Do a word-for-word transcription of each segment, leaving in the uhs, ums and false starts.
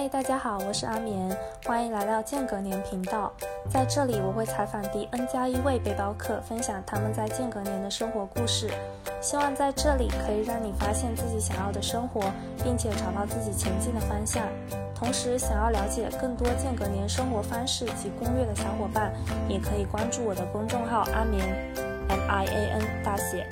嗨，大家好，我是阿眠，欢迎来到间隔年频道。在这里，我会采访第 N 加一位背包客，分享他们在间隔年的生活故事。希望在这里可以让你发现自己想要的生活，并且找到自己前进的方向。同时，想要了解更多间隔年生活方式及攻略的小伙伴，也可以关注我的公众号阿眠 M I A N 大写。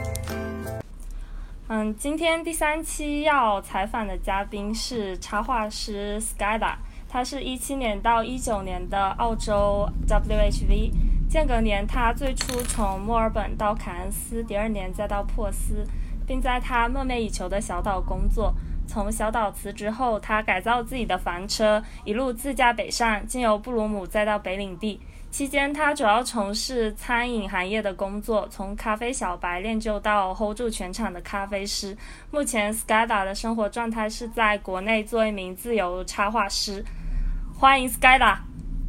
嗯，今天第三期要采访的嘉宾是插画师 Skylar， 他是一七年到一九年的澳洲 W H V， 间隔年他最初从墨尔本到凯恩斯，第二年再到珀斯，并在他梦寐以求的小岛工作。从小岛辞职后，他改造自己的房车，一路自驾北上，经由布鲁姆再到北领地。期间他主要从事餐饮行业的工作，从咖啡小白练就到 hold 住全场的咖啡师。目前 Skylar 的生活状态是在国内做一名自由插画师。欢迎 Skylar。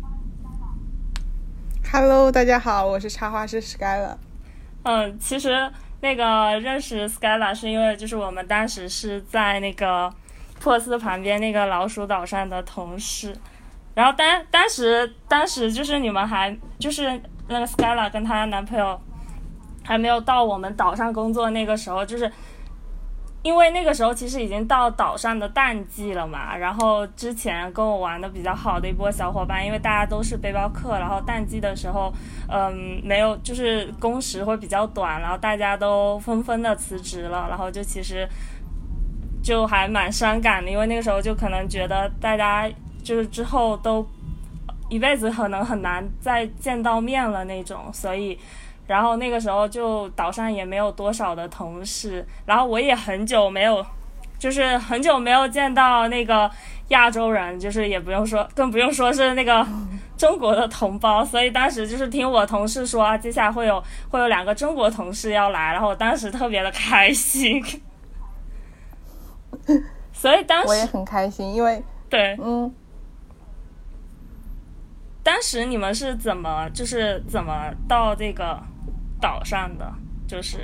Hello， 大家好，我是插画师 Skylar。 嗯，其实那个认识 Skylar 是因为就是我们当时是在那个珀斯旁边那个老鼠岛上的同事，然后当当时当时就是你们还就是那个 Skylar 跟她男朋友还没有到我们岛上工作，那个时候就是因为那个时候其实已经到岛上的淡季了嘛，然后之前跟我玩的比较好的一波小伙伴，因为大家都是背包客，然后淡季的时候嗯，没有就是工时会比较短，然后大家都纷纷的辞职了，然后就其实就还蛮伤感的，因为那个时候就可能觉得大家就是之后都一辈子可能很难再见到面了那种，所以然后那个时候就岛上也没有多少的同事，然后我也很久没有就是很久没有见到那个亚洲人，就是也不用说更不用说是那个中国的同胞，所以当时就是听我同事说啊，接下来会有会有两个中国同事要来，然后我当时特别的开心所以当时我也很开心，因为对嗯当时你们是怎么就是怎么到这个岛上的？就是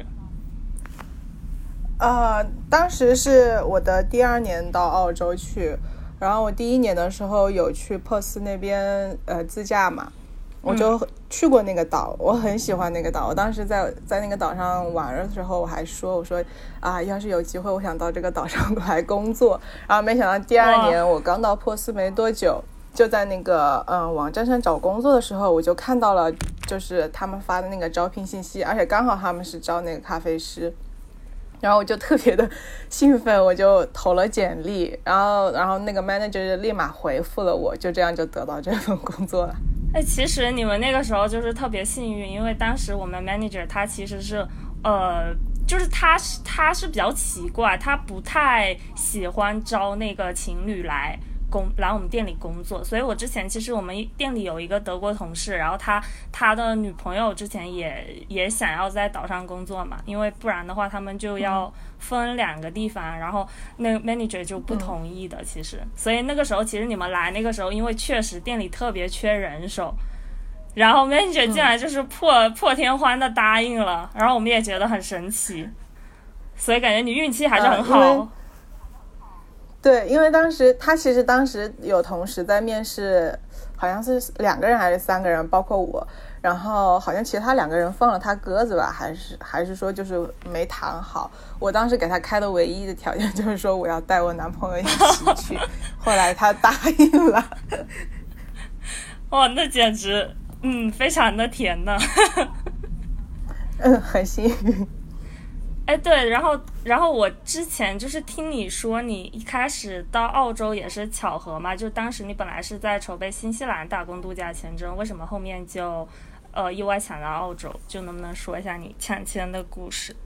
呃，当时是我的第二年到澳洲去，然后我第一年的时候有去珀斯那边呃自驾嘛，我就去过那个岛，我很喜欢那个岛。我当时在在那个岛上玩的时候，我还说我说啊，要是有机会，我想到这个岛上来工作。然后没想到第二年我刚到珀斯没多久，就在那个嗯网站上找工作的时候，我就看到了就是他们发的那个招聘信息，而且刚好他们是招那个咖啡师，然后我就特别的兴奋，我就投了简历，然后然后那个 manager 就立马回复了我，就这样就得到这份工作了。 哎，其实你们那个时候就是特别幸运，因为当时我们 manager 他其实是呃就是他是他是比较奇怪，他不太喜欢招那个情侣来工来我们店里工作，所以我之前其实我们店里有一个德国同事，然后他他的女朋友之前也也想要在岛上工作嘛，因为不然的话他们就要分两个地方，然后那个 manager 就不同意的，其实所以那个时候其实你们来那个时候，因为确实店里特别缺人手，然后 manager 竟然就是破、嗯、破天荒的答应了，然后我们也觉得很神奇，所以感觉你运气还是很好、呃对，因为当时他其实当时有同时在面试，好像是两个人还是三个人，包括我，然后好像其他两个人放了他鸽子吧，还是还是说就是没谈好。我当时给他开的唯一的条件就是说我要带我男朋友一起去后来他答应了哇，那简直嗯非常的甜呢嗯，很幸运。 哎，对，然后然后我之前就是听你说你一开始到澳洲也是巧合嘛，就当时你本来是在筹备新西兰打工度假签证，为什么后面就呃意外抢到澳洲？就能不能说一下你抢签的故事？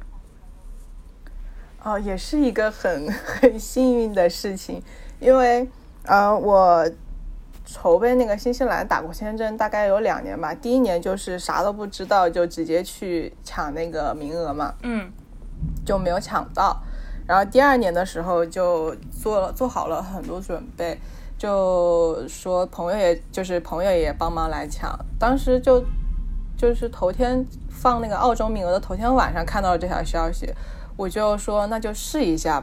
哦，也是一个很很幸运的事情，因为呃我筹备那个新西兰打工签证大概有两年吧，第一年就是啥都不知道就直接去抢那个名额嘛， 嗯。 就没有抢到，然后第二年的时候就做做好了很多准备，就说朋友也就是朋友也帮忙来抢，当时就就是头天放那个澳洲名额的头天晚上看到了这条消息，我就说那就试一下吧，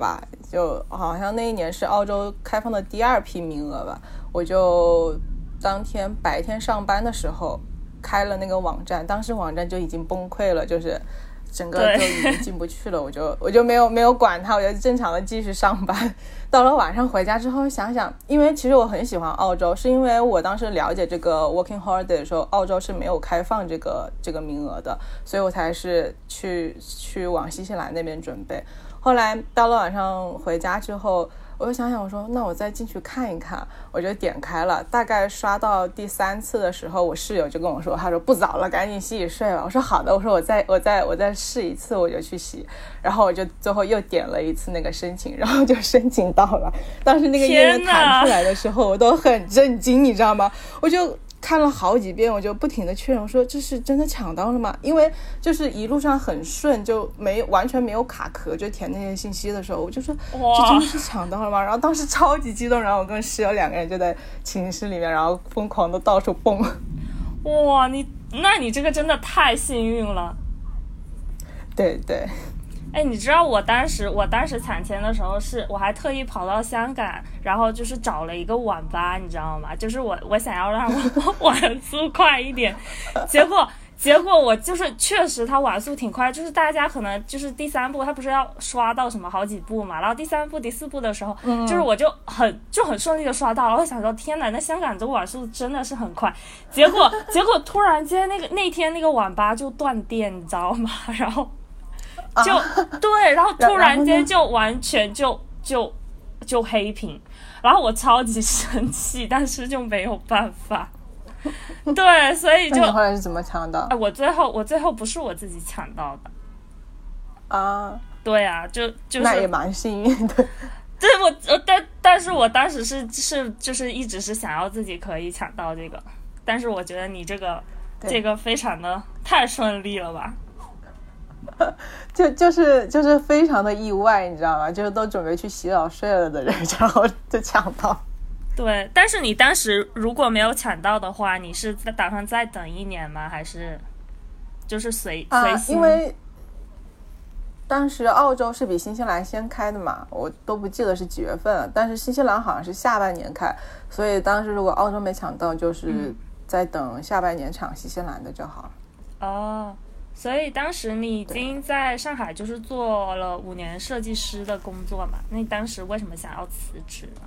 就好像那一年是澳洲开放的第二批名额吧，我就当天白天上班的时候开了那个网站，当时网站就已经崩溃了，就是整个就已经进不去了，我就我就没有没有管它，我就正常的继续上班。到了晚上回家之后想想，因为其实我很喜欢澳洲，是因为我当时了解这个 working holiday 的时候，澳洲是没有开放这个这个名额的，所以我才是去去往新西兰那边准备。后来到了晚上回家之后，我就想想，我说那我再进去看一看，我就点开了。大概刷到第三次的时候，我室友就跟我说，他说不早了，赶紧洗洗睡吧。我说好的，我说我再我再我再试一次，我就去洗。然后我就最后又点了一次那个申请，然后就申请到了。当时那个页面弹出来的时候，我都很震惊，你知道吗？我就看了好几遍，我就不停的确认，我说这是真的抢到了吗？因为就是一路上很顺，就没完全没有卡壳，就填那些信息的时候，我就说这真的是抢到了吗？然后当时超级激动，然后我跟室友两个人就在寝室里面，然后疯狂的到处蹦。 哇，你那你这个真的太幸运了。 对对。 哎，你知道我当时我当时抢签的时候是，我还特意跑到香港，然后就是找了一个网吧，你知道吗？就是我我想要让我网速快一点，结果结果我就是确实它网速挺快，就是大家可能就是第三步，它不是要刷到什么好几步嘛，然后第三步第四步的时候，嗯、就是我就很就很顺利的刷到了，我想说天哪，那香港这网速真的是很快，结果结果突然间那个那天那个网吧就断电，你知道吗？然后。就、啊、对，然后突然间就完全就就就黑屏，然后我超级生气，但是就没有办法。对，所以就那你后来是怎么抢到？ 哎，我最后我最后不是我自己抢到的啊。 对啊，就就是那也蛮幸运的。 对，我但但是我当时是是就是一直是想要自己可以抢到这个，但是我觉得你这个这个非常的太顺利了吧。 就就是就是非常的意外，你知道吗？就是都准备去洗澡睡了的人，然后就抢到。 对，但是你当时如果没有抢到的话，你是打算再等一年吗？还是就是随随心？ 啊，因为当时澳洲是比新西兰先开的嘛，我都不记得是几月份了，但是新西兰好像是下半年开，所以当时如果澳洲没抢到，就是再等下半年抢新西兰的就好了。 哦。所以当时你已经在上海就是做了五年设计师的工作嘛？那你当时为什么想要辞职呢？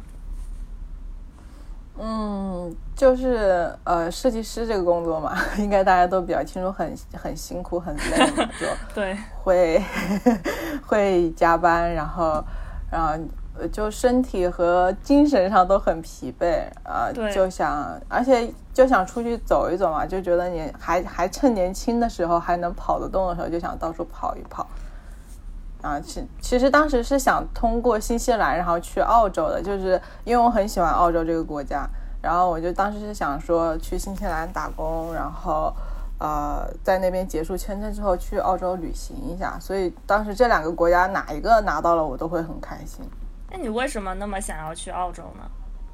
嗯，就是呃，设计师这个工作嘛，应该大家都比较清楚，很很辛苦，很累嘛，就对， 会会加班，然后然后就身体和精神上都很疲惫啊、呃，就想，而且就想出去走一走嘛，就觉得你还还趁年轻的时候还能跑得动的时候，就想到处跑一跑。啊，其其实当时是想通过新西兰，然后去澳洲的，就是因为我很喜欢澳洲这个国家，然后我就当时是想说去新西兰打工，然后呃在那边结束签证之后去澳洲旅行一下，所以当时这两个国家哪一个拿到了我都会很开心。 那你为什么那么想要去澳洲呢？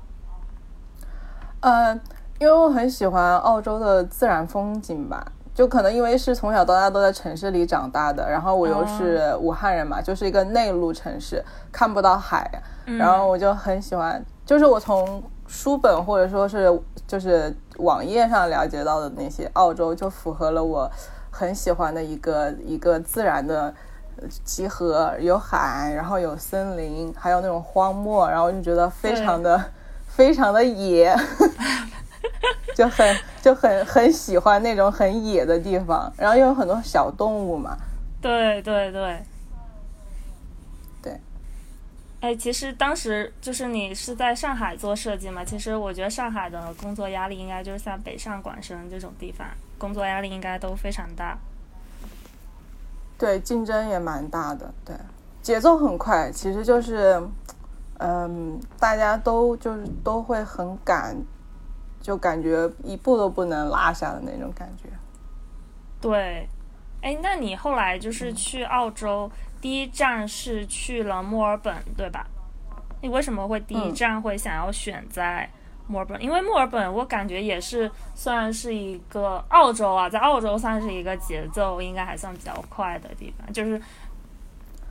呃，因为我很喜欢澳洲的自然风景吧，就可能因为是从小到大都在城市里长大的，然后我又是武汉人嘛， oh. 就是一个内陆城市，看不到海，嗯、然后我就很喜欢，就是我从书本或者说是就是网页上了解到的那些澳洲，就符合了我很喜欢的一个一个自然的集合，有海，然后有森林，还有那种荒漠，然后就觉得非常的非常的野就很就很很喜欢那种很野的地方，然后又有很多小动物嘛。 对对对对。 哎，其实当时就是你是在上海做设计嘛，其实我觉得上海的工作压力应该就是像北上广深这种地方，工作压力应该都非常大。 对，竞争也蛮大的，对，节奏很快，其实就是嗯，大家都就是都会很赶，就感觉一步都不能落下的那种感觉。 对，哎，那你后来就是去澳洲、嗯、第一站是去了墨尔本对吧？你为什么会第一站会想要选在墨尔本？嗯、因为墨尔本我感觉也是算是一个澳洲啊，在澳洲算是一个节奏应该还算比较快的地方，就是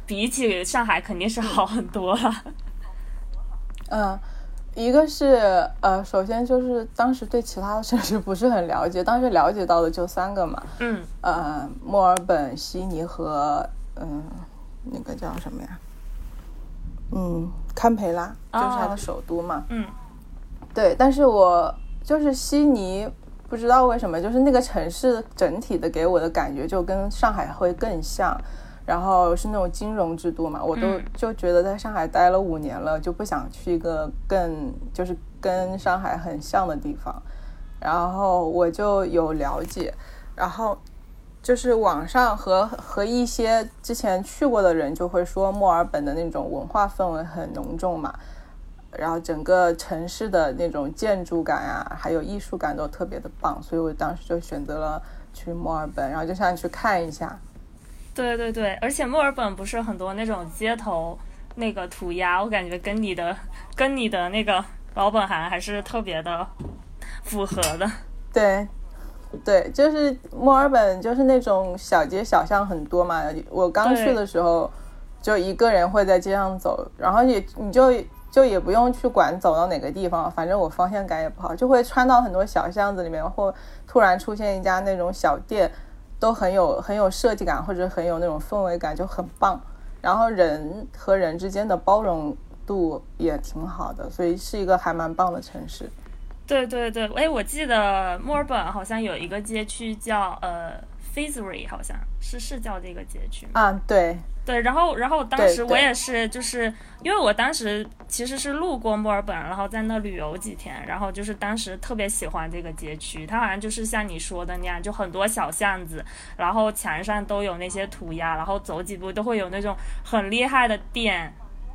比起上海肯定是好很多了。 嗯，一个是呃，首先就是当时对其他的城市不是很了解，当时了解到的就三个嘛， 嗯， 呃，墨尔本、悉尼和嗯、呃，那个叫什么呀？嗯，堪培拉，就是它的首都嘛。 哦、嗯， 对，但是我就是悉尼，不知道为什么，就是那个城市整体的给我的感觉就跟上海会更像。然后是那种金融制度嘛，我都就觉得在上海待了五年了，就不想去一个更就是跟上海很像的地方。然后我就有了解，然后就是网上和和一些之前去过的人就会说墨尔本的那种文化氛围很浓重嘛，然后整个城市的那种建筑感啊还有艺术感都特别的棒，所以我当时就选择了去墨尔本，然后就想去看一下。 对对对，而且墨尔本不是很多那种街头那个涂鸦，我感觉跟你的跟你的那个老本行还是特别的符合的。 对对，就是墨尔本就是那种小街小巷很多嘛，我刚去的时候就一个人会在街上走，然后也你就就也不用去管走到哪个地方，反正我方向感也不好，就会穿到很多小巷子里面，或突然出现一家那种小店，都很有很有设计感，或者很有那种氛围感，就很棒。然后人和人之间的包容度也挺好的，所以是一个还蛮棒的城市。 对对对，哎，我记得墨尔本好像有一个街区叫呃 Fitzroy， 好像是是叫这个街区吗？ 啊，对对，然后然后当时我也是，就是因为我当时其实是路过墨尔本，然后在那旅游几天，然后就是当时特别喜欢这个街区，它好像就是像你说的那样，就很多小巷子，然后墙上都有那些涂鸦，然后走几步都会有那种很厉害的店。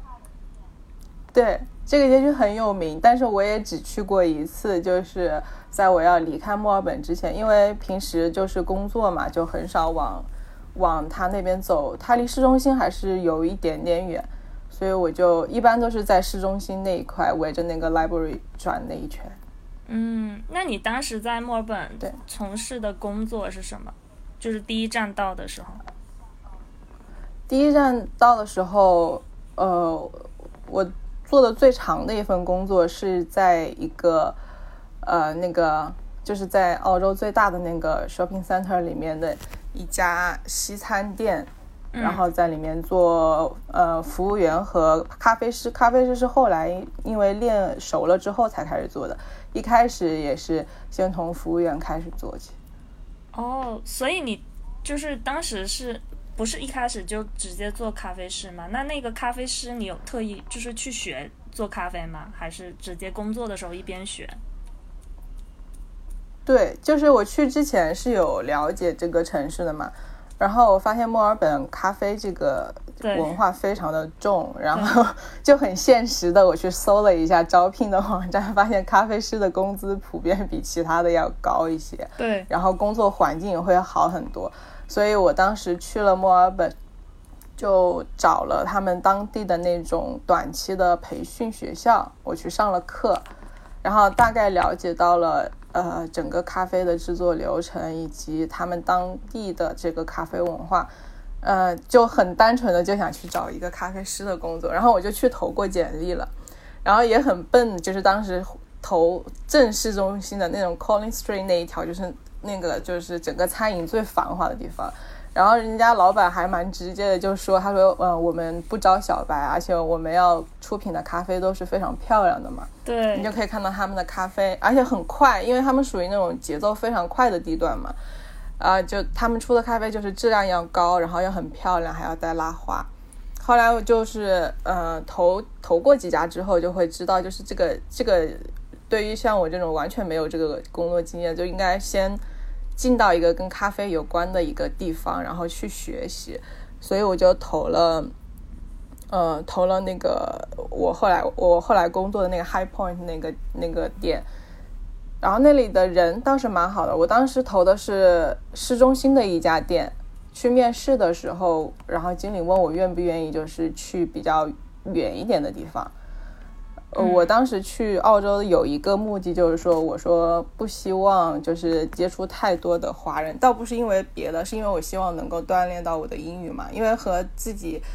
对，这个街区很有名，但是我也只去过一次，就是在我要离开墨尔本之前，因为平时就是工作嘛，就很少往往他那边走，他离市中心还是有一点点远，所以我就一般都是在市中心那一块围着那个 library 转那一圈。 嗯，那你当时在墨尔本对从事的工作是什么？就是第一站到的时候。 第一站到的时候，呃，我做的最长的一份工作是在一个呃那个就是在澳洲最大的那个 shopping center 里面的一家西餐店，然后在里面做呃服务员和咖啡师。咖啡师是后来因为练熟了之后才开始做的，一开始也是先从服务员开始做起。 哦，所以你就是当时是不是一开始就直接做咖啡师吗？那那个咖啡师你有特意就是去学做咖啡吗？还是直接工作的时候一边学？ 对，就是我去之前是有了解这个城市的嘛，然后我发现墨尔本咖啡这个文化非常的重，然后就很现实的我去搜了一下招聘的网站，发现咖啡师的工资普遍比其他的要高一些， 对， 然后工作环境也会好很多，所以我当时去了墨尔本，就找了他们当地的那种短期的培训学校，我去上了课，然后大概了解到了呃整个咖啡的制作流程以及他们当地的这个咖啡文化，呃就很单纯的就想去找一个咖啡师的工作，然后我就去投过简历了，然后也很笨，就是当时投正市中心的那种 Collins Street 那一条，就是那个就是整个餐饮最繁华的地方，然后人家老板还蛮直接的，就说他说呃我们不招小白，而且我们要出品的咖啡都是非常漂亮的嘛， 对， 你就可以看到他们的咖啡，而且很快，因为他们属于那种节奏非常快的地段嘛，啊、呃，就他们出的咖啡就是质量要高，然后又很漂亮，还要带拉花。后来我就是呃投投过几家之后，就会知道就是这个这个对于像我这种完全没有这个工作经验，就应该先进到一个跟咖啡有关的一个地方，然后去学习，所以我就投了呃投了那个我后来我后来工作的那个 High Point 那个那个店，然后那里的人倒是蛮好的，我当时投的是市中心的一家店，去面试的时候，然后经理问我愿不愿意就是去比较远一点的地方。呃，我当时去澳洲有一个目的，就是说我说不希望就是接触太多的华人，倒不是因为别的，是因为我希望能够锻炼到我的英语嘛，因为和自己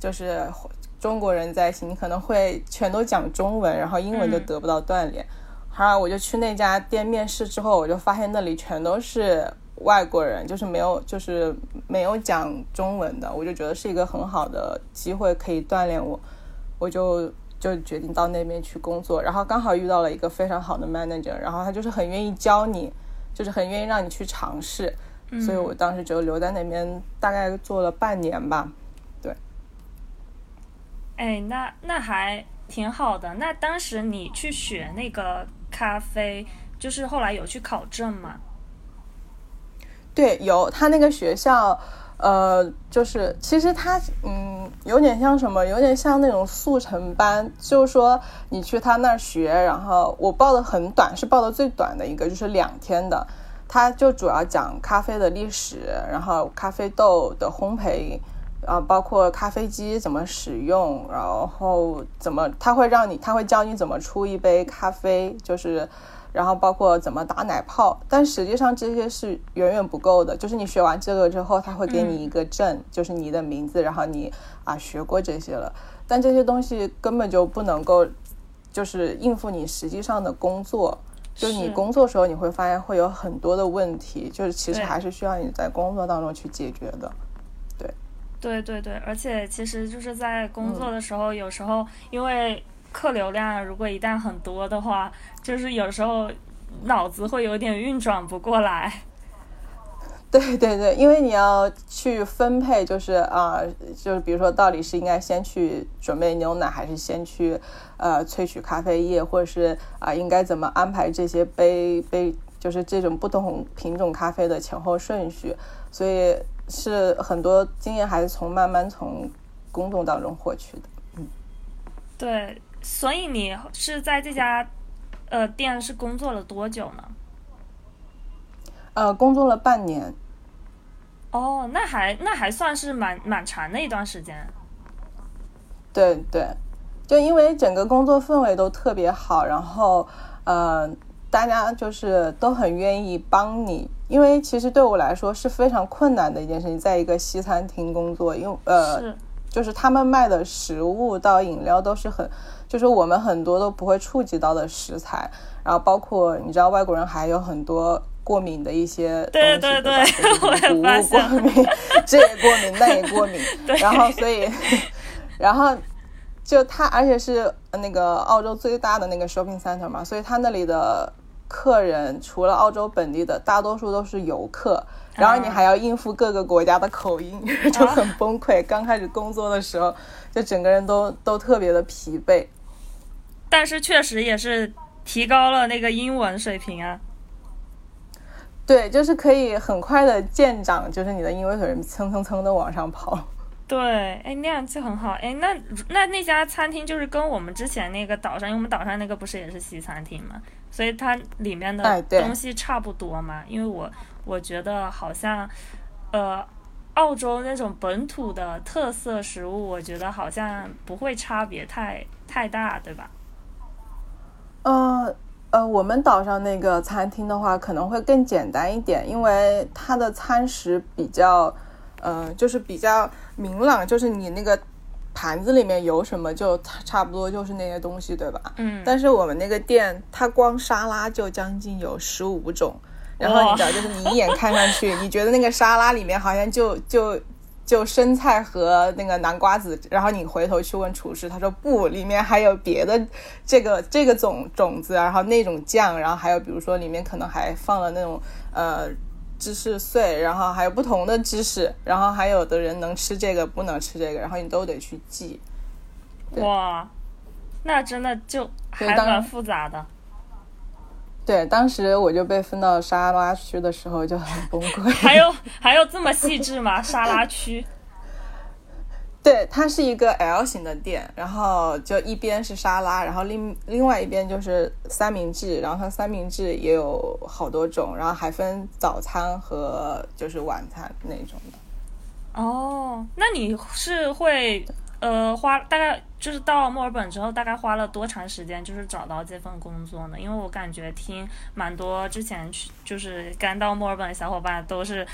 就是中国人在一起，你可能会全都讲中文，然后英文就得不到锻炼。后来我就去那家店面试之后，我就发现那里全都是外国人，就是没有就是没有讲中文的，我就觉得是一个很好的机会可以锻炼我，我就就决定到那边去工作。然后刚好遇到了一个非常好的 manager， 然后他就是很愿意教你，就是很愿意让你去尝试，所以我当时就留在那边大概做了半年吧。对， 哎，那那还挺好的。那当时你去学那个咖啡，就是后来有去考证吗？ 对，有。他那个学校呃就是其实他嗯有点像什么，有点像那种速成班，就是说你去他那儿学，然后我报的很短，是报的最短的一个，就是两天的。他就主要讲咖啡的历史，然后咖啡豆的烘焙，然后包括咖啡机怎么使用，然后怎么他会让你他会教你怎么出一杯咖啡，就是然后包括怎么打奶泡。但实际上这些是远远不够的，就是你学完这个之后他会给你一个证、嗯、就是你的名字，然后你啊学过这些了，但这些东西根本就不能够就是应付你实际上的工作。就是你工作的时候你会发现会有很多的问题，就是其实还是需要你在工作当中去解决的。对对对对，而且其实就是在工作的时候、嗯、有时候因为客流量如果一旦很多的话，就是有时候脑子会有点运转不过来。 对对对，因为你要去分配，就是啊、呃，就是比如说到底是应该先去准备牛奶，还是先去呃萃取咖啡液，或者是啊、呃、应该怎么安排这些杯杯，就是这种不同品种咖啡的前后顺序，所以是很多经验还是从慢慢从工作当中获取的。嗯， 对，所以你是在这家呃店是工作了多久呢？ 呃，工作了半年。 哦，那还那还算是蛮蛮长的一段时间。 对对，就因为整个工作氛围都特别好，然后呃，大家就是都很愿意帮你。因为其实对我来说是非常困难的一件事情，在一个西餐厅工作，因为呃是就是他们卖的食物到饮料都是很，就是我们很多都不会触及到的食材，然后包括你知道外国人还有很多过敏的一些东西， 对对对， 我也发现过敏，这也过敏那也过敏，然后所以然后就他而且是那个澳洲最大的那个 shopping center 嘛，所以他那里的客人除了澳洲本地的大多数都是游客，然后你还要应付各个国家的口音、啊、就很崩溃。刚开始工作的时候就整个人都都特别的疲惫， 但是确实也是提高了那个英文水平啊。 对，就是可以很快的见长，就是你的英文水平蹭蹭蹭的往上跑。 对，哎，那样就很好。哎，那那那家餐厅就是跟我们之前那个岛上，因为我们岛上那个不是也是西餐厅嘛，所以它里面的东西差不多嘛。哎、因为我我觉得好像，呃，澳洲那种本土的特色食物，我觉得好像不会差别太太大，对吧？ 呃呃，我们岛上那个餐厅的话，可能会更简单一点，因为它的餐食比较。呃，就是比较明朗，就是你那个盘子里面有什么就差不多就是那些东西，对吧？ 嗯。 但是我们那个店，它光沙拉就将近有十五种，然后你知道，就是你一眼看上去，你觉得那个沙拉里面好像就就就生菜和那个南瓜子，然后你回头去问厨师，他说不，里面还有别的这个这个种种子，然后那种酱，然后还有比如说里面可能还放了那种呃。芝士碎，然后还有不同的芝士，然后还有的人能吃这个不能吃这个，然后你都得去记。 哇，那真的就还蛮复杂的。 对，当时我就被分到沙拉区的时候就很崩溃。 还有还有这么细致吗？沙拉区？ 对，它是一个 L 型的店，然后就一边是沙拉，然后另另外一边就是三明治，然后它三明治也有好多种，然后还分早餐和就是晚餐那种的。 哦，那你是会呃花大概就是到墨尔本之后大概花了多长时间就是找到这份工作呢？因为我感觉听蛮多之前就是刚到墨尔本的小伙伴都是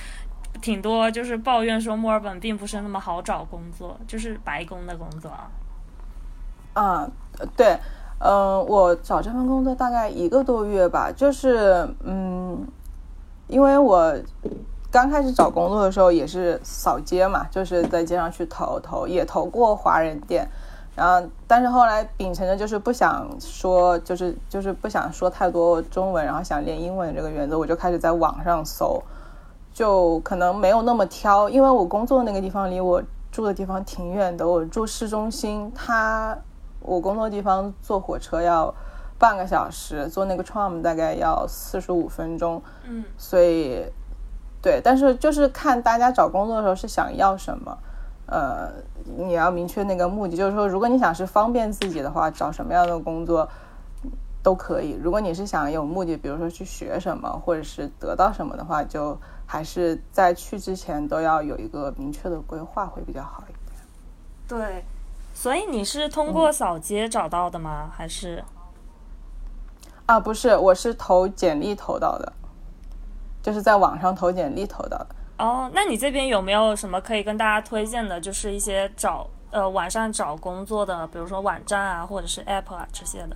挺多就是抱怨说墨尔本并不是那么好找工作，就是白宫的工作啊。 啊，对，嗯、呃，我找这份工作大概一个多月吧，就是嗯，因为我刚开始找工作的时候也是扫街嘛，就是在街上去投投，也投过华人店，然后但是后来秉承着就是不想说，就是就是不想说太多中文，然后想练英文这个原则，我就开始在网上搜，就可能没有那么挑，因为我工作的那个地方离我住的地方挺远的，我住市中心，它我工作的地方坐火车要半个小时，坐那个 tram 大概要四十五分钟， 嗯， 所以对，但是就是看大家找工作的时候是想要什么，呃，你要明确那个目的，就是说如果你想是方便自己的话，找什么样的工作都可以，如果你是想有目的，比如说去学什么或者是得到什么的话，就还是在去之前都要有一个明确的规划会比较好一点。 对，所以你是通过扫街找到的吗？嗯、还是？ 啊，不是，我是投简历投到的，就是在网上投简历投到的。 哦，那你这边有没有什么可以跟大家推荐的，就是一些找呃网上找工作的，比如说网站啊，或者是 app 啊这些的？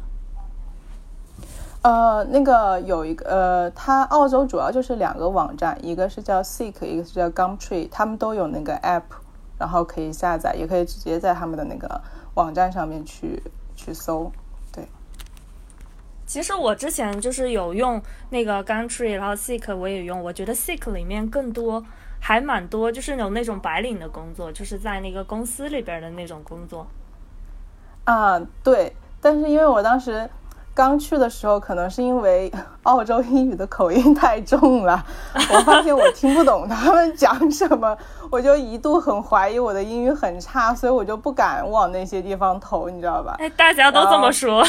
呃，那个有一个呃，它澳洲主要就是两个网站，一个是叫 Seek， 一个是叫 Gumtree， 他们都有那个 app， 然后可以下载，也可以直接在他们的那个网站上面去去搜。对， 其实我之前就是有用那个 Gumtree， 然后 Seek 我也用，我觉得 Seek 里面更多还蛮多，就是有那种白领的工作，就是在那个公司里边的那种工作。 啊，对，但是因为我当时刚去的时候，可能是因为澳洲英语的口音太重了，我发现我听不懂他们讲什么，我就一度很怀疑我的英语很差，所以我就不敢往那些地方投，你知道吧？ 哎，大家都这么说。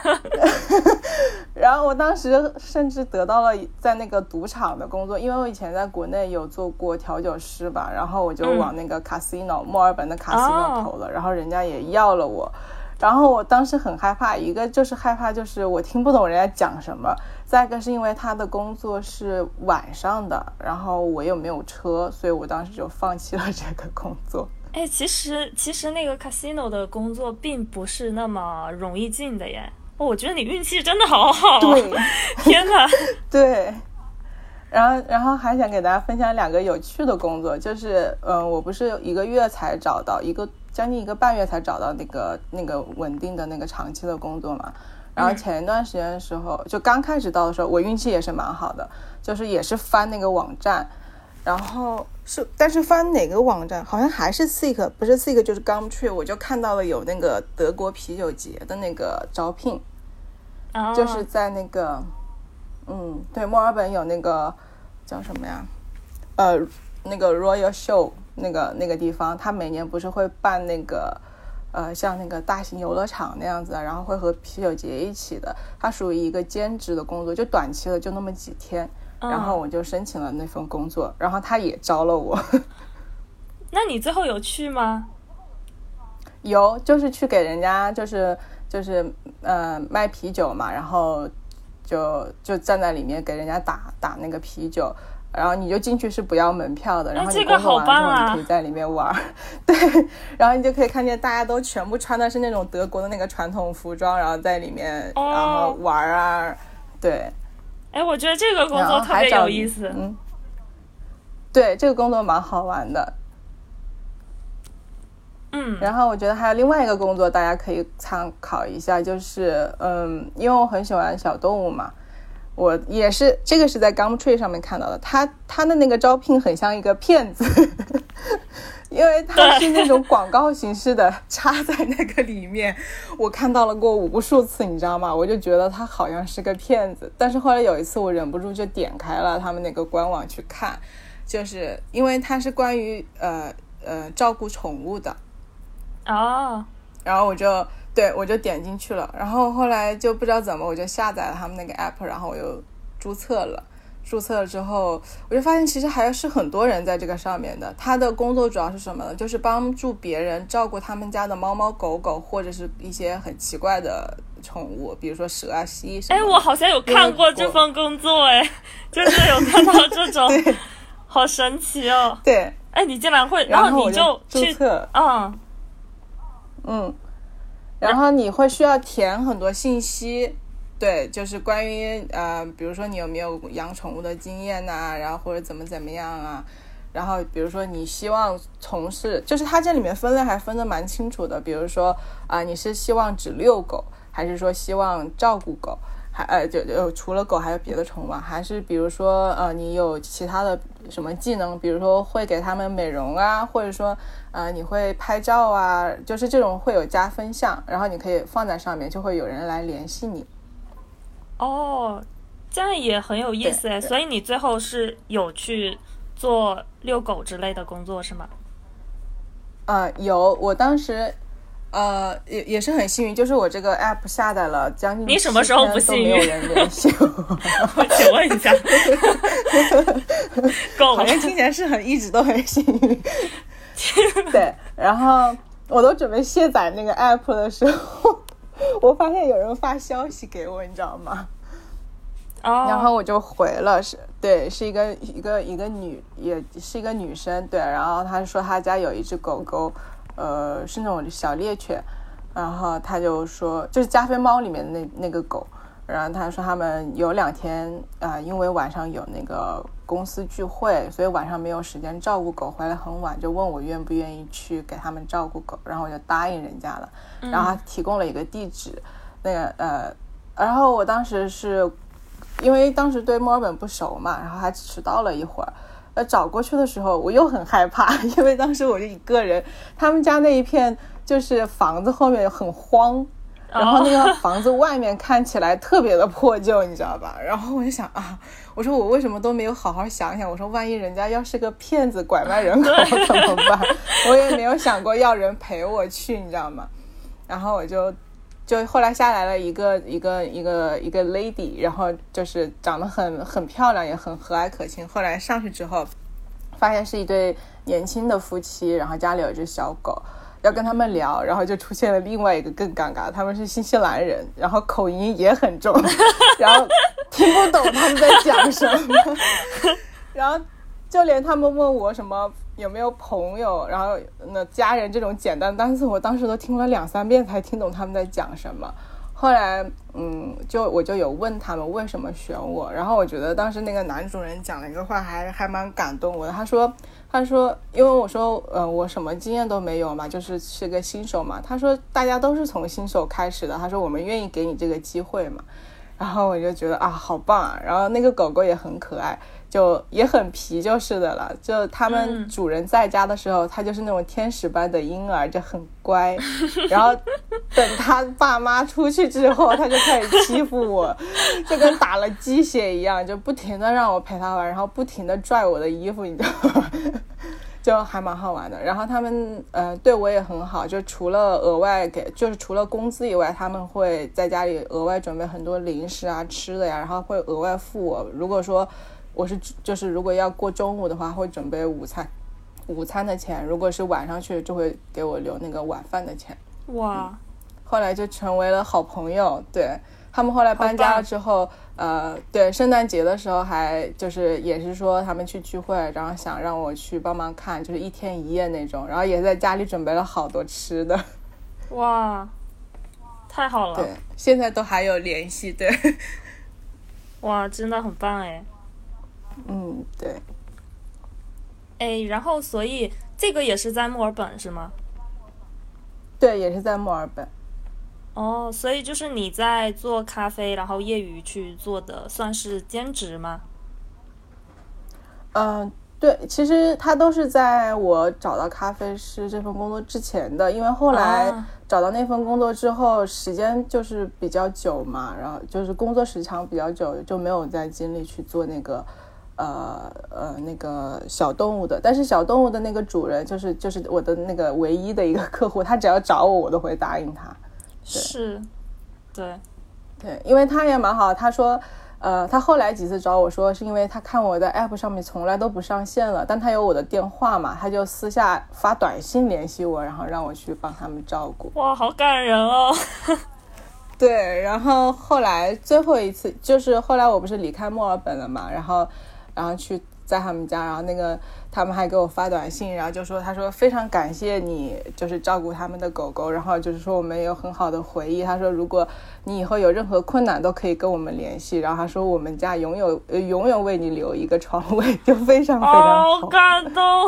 然后我当时甚至得到了在那个赌场的工作，因为我以前在国内有做过调酒师吧，然后我就往那个 casino、嗯、墨尔本的 casino 投了、哦、然后人家也要了我。然后我当时很害怕，一个就是害怕就是我听不懂人家讲什么，再一个是因为他的工作是晚上的，然后我又没有车，所以我当时就放弃了这个工作。 哎，其实其实那个 casino 的工作并不是那么容易进的耶。哦，我觉得你运气真的好好、啊。 对， 天哪。 对。然后，然后还想给大家分享两个有趣的工作，就是，嗯、呃，我不是一个月才找到一个。将近一个半月才找到那个那个稳定的那个长期的工作嘛，然后前一段时间的时候、嗯、就刚开始到的时候，我运气也是蛮好的，就是也是翻那个网站，然后是但是翻哪个网站好像还是 Seek， 不是 Seek 就是 Gumtree， 我就看到了有那个德国啤酒节的那个招聘、哦、就是在那个嗯对，墨尔本有那个叫什么呀呃那个 Royal Show，那个那个地方，他每年不是会办那个，呃，像那个大型游乐场那样子，然后会和啤酒节一起的。它属于一个兼职的工作，就短期的，就那么几天。然后我就申请了那份工作，然后他也招了我。 那你最后有去吗？ 有，就是去给人家，就是就是呃卖啤酒嘛，然后就就站在里面给人家打打那个啤酒。然后你就进去是不要门票的，然后你工作完了之后你可以在里面玩、啊、对，然后你就可以看见大家都全部穿的是那种德国的那个传统服装，然后在里面、哦、然后玩啊，对。 哎，我觉得这个工作特别有意思。 嗯，对，这个工作蛮好玩的。 嗯， 然后我觉得还有另外一个工作大家可以参考一下，就是嗯，因为我很喜欢小动物嘛，我也是，这个是在 Gumtree 上面看到的，他他的那个招聘很像一个骗子，因为他是那种广告形式的插在那个里面，我看到了过无数次，你知道吗？我就觉得他好像是个骗子，但是后来有一次我忍不住就点开了他们那个官网去看，就是因为它是关于呃呃照顾宠物的哦， 然后我就对我就点进去了，然后后来就不知道怎么我就下载了他们那个 app， 然后我又注册了，注册了之后我就发现其实还是很多人在这个上面的。他的工作主要是什么呢？就是帮助别人照顾他们家的猫猫狗狗，或者是一些很奇怪的宠物，比如说蛇啊蜥什么的。 哎，我好像有看过这份工作，哎，就是有看到这种好神奇哦。 对， 哎，你竟然会， 然后你就去注册， 嗯嗯，然后你会需要填很多信息，对，就是关于呃，比如说你有没有养宠物的经验呐、啊，然后或者怎么怎么样啊，然后比如说你希望从事，就是它这里面分类还分得蛮清楚的，比如说啊、呃，你是希望只遛狗，还是说希望照顾狗？还呃就就除了狗还有别的宠物，还是比如说呃你有其他的什么技能，比如说会给他们美容啊，或者说呃你会拍照啊，就是这种会有加分项，然后你可以放在上面，就会有人来联系你。 哦，这样也很有意思哎。所以你最后是有去做遛狗之类的工作是吗？ 呃有，我当时呃，也也是很幸运，就是我这个 app 下载了将近你什么时候不幸运？ 都没有人联系我。 我请问一下，狗好像听起来是很一直都很幸运。对，然后我都准备卸载那个 app 的时候，我发现有人发消息给我，你知道吗？ 哦， 然后我就回了，是对，是一个一个一个女，也是一个女生，对，然后她说她家有一只狗狗。呃，是那种小猎犬，然后他就说，就是加菲猫里面的那那个狗，然后他说他们有两天啊、呃，因为晚上有那个公司聚会，所以晚上没有时间照顾狗，回来很晚，就问我愿不愿意去给他们照顾狗，然后我就答应人家了，然后他提供了一个地址，嗯、那个呃，然后我当时是因为当时对墨尔本不熟嘛，然后还迟到了一会儿。呃，找过去的时候我又很害怕，因为当时我就一个人，他们家那一片就是房子后面很荒，然后那个房子外面看起来特别的破旧，你知道吧？然后我就想啊，我说我为什么都没有好好想想，我说万一人家要是个骗子拐卖人口怎么办？我也没有想过要人陪我去，你知道吗？然后我就就后来下来了一个一个一个一个 lady， 然后就是长得很很漂亮，也很和蔼可亲。后来上去之后，发现是一对年轻的夫妻，然后家里有一只小狗，要跟他们聊，然后就出现了另外一个更尴尬，他们是新西兰人，然后口音也很重，然后听不懂他们在讲什么，然后就连他们问我什么有没有朋友，然后那家人这种简单的单词，我当时都听了两三遍才听懂他们在讲什么。后来嗯，就我就有问他们为什么选我，然后我觉得当时那个男主人讲了一个话还还蛮感动我的。他说他说因为我说呃我什么经验都没有嘛，就是是个新手嘛，他说大家都是从新手开始的，他说我们愿意给你这个机会嘛。然后我就觉得啊好棒啊，然后那个狗狗也很可爱，就也很皮就是的了，就他们主人在家的时候、嗯、他就是那种天使般的婴儿，就很乖，然后等他爸妈出去之后他就开始欺负我，就跟打了鸡血一样，就不停的让我陪他玩，然后不停的拽我的衣服，你知道吗？就还蛮好玩的。然后他们呃对我也很好，就除了额外给就是除了工资以外，他们会在家里额外准备很多零食啊吃的呀，然后会额外付我，如果说我是就是如果要过中午的话会准备午餐午餐的钱，如果是晚上去就会给我留那个晚饭的钱。 哇、嗯、 后来就成为了好朋友。对，他们后来搬家了之后呃，对，圣诞节的时候还就是也是说他们去聚会，然后想让我去帮忙看，就是一天一夜那种，然后也在家里准备了好多吃的。 哇，太好了。 对，现在都还有联系。对， 哇，真的很棒哎。 嗯，对。 哎，然后所以这个也是在墨尔本是吗？ 对，也是在墨尔本。 哦，所以就是你在做咖啡，然后业余去做的，算是兼职吗？ 嗯、呃，对，其实它都是在我找到咖啡师这份工作之前的，因为后来找到那份工作之后，时间就是比较久嘛，然后就是工作时长比较久，就没有再精力去做那个呃呃那个小动物的。但是小动物的那个主人就是就是我的那个唯一的一个客户，他只要找我，我都会答应他。 是，对对，因为他也蛮好，他说呃他后来几次找我说是因为他看我的 app 上面从来都不上线了，但他有我的电话嘛，他就私下发短信联系我，然后让我去帮他们照顾。 哇，好感人哦。 对，然后后来最后一次就是后来我不是离开墨尔本了嘛，然后然后去在他们家，然后那个他们还给我发短信，然后就说他说非常感谢你就是照顾他们的狗狗，然后就是说我们有很好的回忆，他说如果你以后有任何困难都可以跟我们联系，然后他说我们家永远、呃、永远为你留一个床位，就非常非常好， 好感动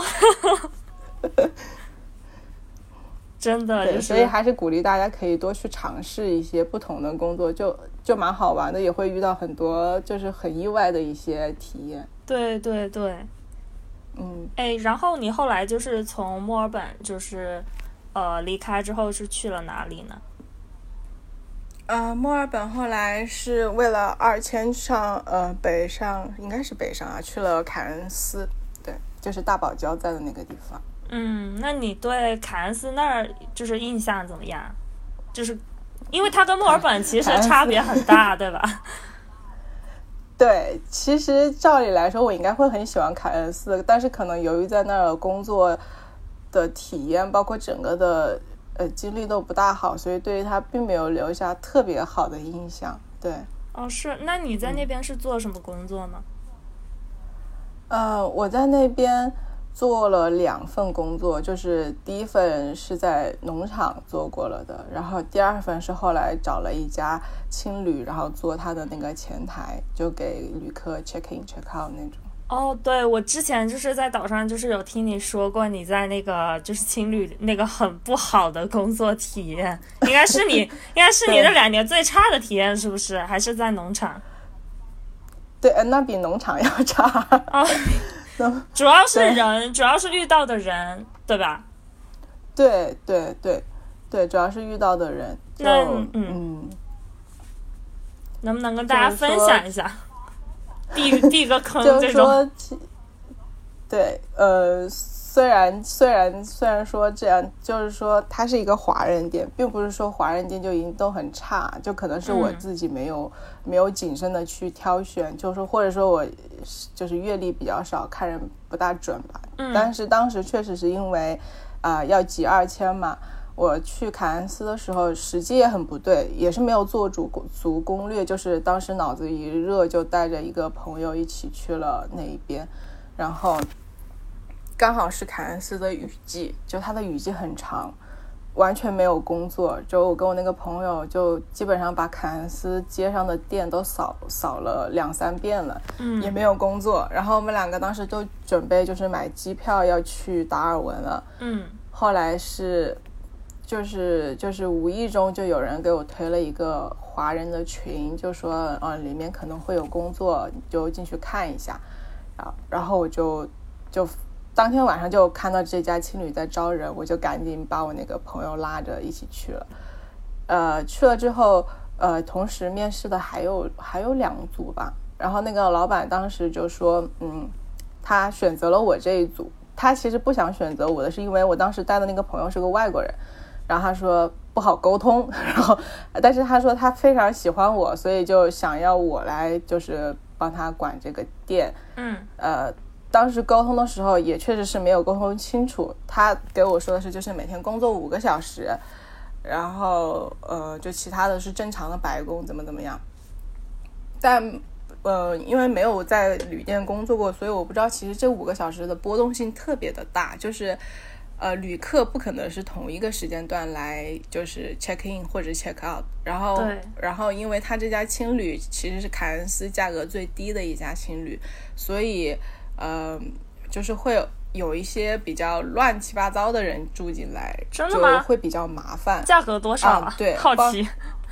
真的、就是、 对，所以还是鼓励大家可以多去尝试一些不同的工作，就就蛮好玩的，也会遇到很多就是很意外的一些体验。 对对对， 嗯， 哎，然后你后来就是从墨尔本就是呃离开之后是去了哪里呢？ 呃，墨尔本后来是为了二签上呃北上，应该是北上啊，去了凯恩斯，对，就是大堡礁在的那个地方。 嗯，那你对凯恩斯那儿就是印象怎么样？就是因为它跟墨尔本其实差别很大，对吧？ 对，其实照理来说我应该会很喜欢凯恩斯，但是可能由于在那儿工作的体验包括整个的呃经历都不大好，所以对于他并没有留下特别好的印象。对， 哦，是，那你在那边是做什么工作呢？ 嗯、呃，我在那边做了两份工作，就是第一份是在农场做过了的，然后第二份是后来找了一家青旅，然后做他的那个前台，就给旅客 check in check out 那种。 哦，对，我之前就是在岛上就是有听你说过你在那个就是青旅那个很不好的工作体验，应该是你应该是你这两年最差的体验是不是？还是在农场？ 对，那比农场要差。 哦主要是人，主要是遇到的人，对吧？ 对对对对，主要是遇到的人。就那嗯嗯， 能不能跟大家分享一下？递递个坑就这种。 对，呃，虽然虽然虽然说这样，就是说它是一个华人店，并不是说华人店就一定都很差，就可能是我自己没有、嗯、没有谨慎的去挑选，就是说或者说我就是阅历比较少，看人不大准吧。 嗯、 但是当时确实是因为啊、呃、要集二签嘛，我去凯恩斯的时候时机也很不对，也是没有做足足攻略，就是当时脑子一热就带着一个朋友一起去了那一边，然后刚好是凯恩斯的雨季，就它的雨季很长，完全没有工作，就我跟我那个朋友就基本上把凯恩斯街上的店都扫扫了两三遍了、 嗯、 也没有工作，然后我们两个当时都准备就是买机票要去达尔文了。 嗯， 后来是就是就是无意中就有人给我推了一个华人的群，就说呃里面可能会有工作，你就进去看一下。然后然后我就就当天晚上就看到这家青旅在招人，我就赶紧把我那个朋友拉着一起去了。呃，去了之后，呃，同时面试的还有还有两组吧。然后那个老板当时就说，嗯，他选择了我这一组。他其实不想选择我的，是因为我当时带的那个朋友是个外国人，然后他说不好沟通，然后但是他说他非常喜欢我，所以就想要我来就是帮他管这个店。 嗯， 呃。当时沟通的时候也确实是没有沟通清楚，他给我说的是就是每天工作五个小时，然后呃就其他的是正常的白工怎么怎么样，但呃因为没有在旅店工作过，所以我不知道其实这五个小时的波动性特别的大，就是呃旅客不可能是同一个时间段来就是 check in 或者 check out， 然后然后因为他这家青旅其实是凯恩斯价格最低的一家青旅，所以呃，就是会有有一些比较乱七八糟的人住进来， 真的吗？ 就会比较麻烦。 价格多少啊？ 啊对， 好奇。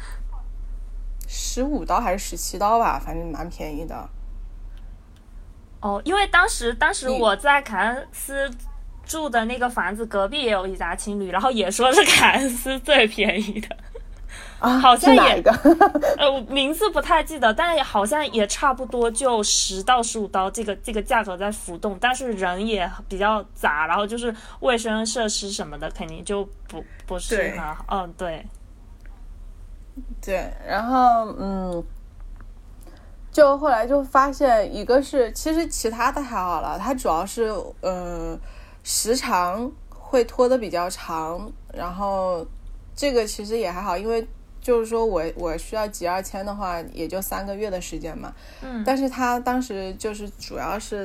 十五刀还是十七刀吧，反正蛮便宜的。 哦，因为当时当时我在凯恩斯住的那个房子隔壁也有一家青旅，然后也说是凯恩斯最便宜的。 啊， 好像也呃， 我名字不太记得，但是好像也差不多就十到十五刀这个这个价格在浮动，但是人也比较杂，然后就是卫生设施什么的肯定就不不是很好。嗯，对， 对，然后嗯，就后来就发现一个是其实其他的还好了，它主要是呃时长会拖得比较长，然后这个其实也还好，因为就是说我我需要集二签的话也就三个月的时间嘛， 嗯， 但是他当时就是主要是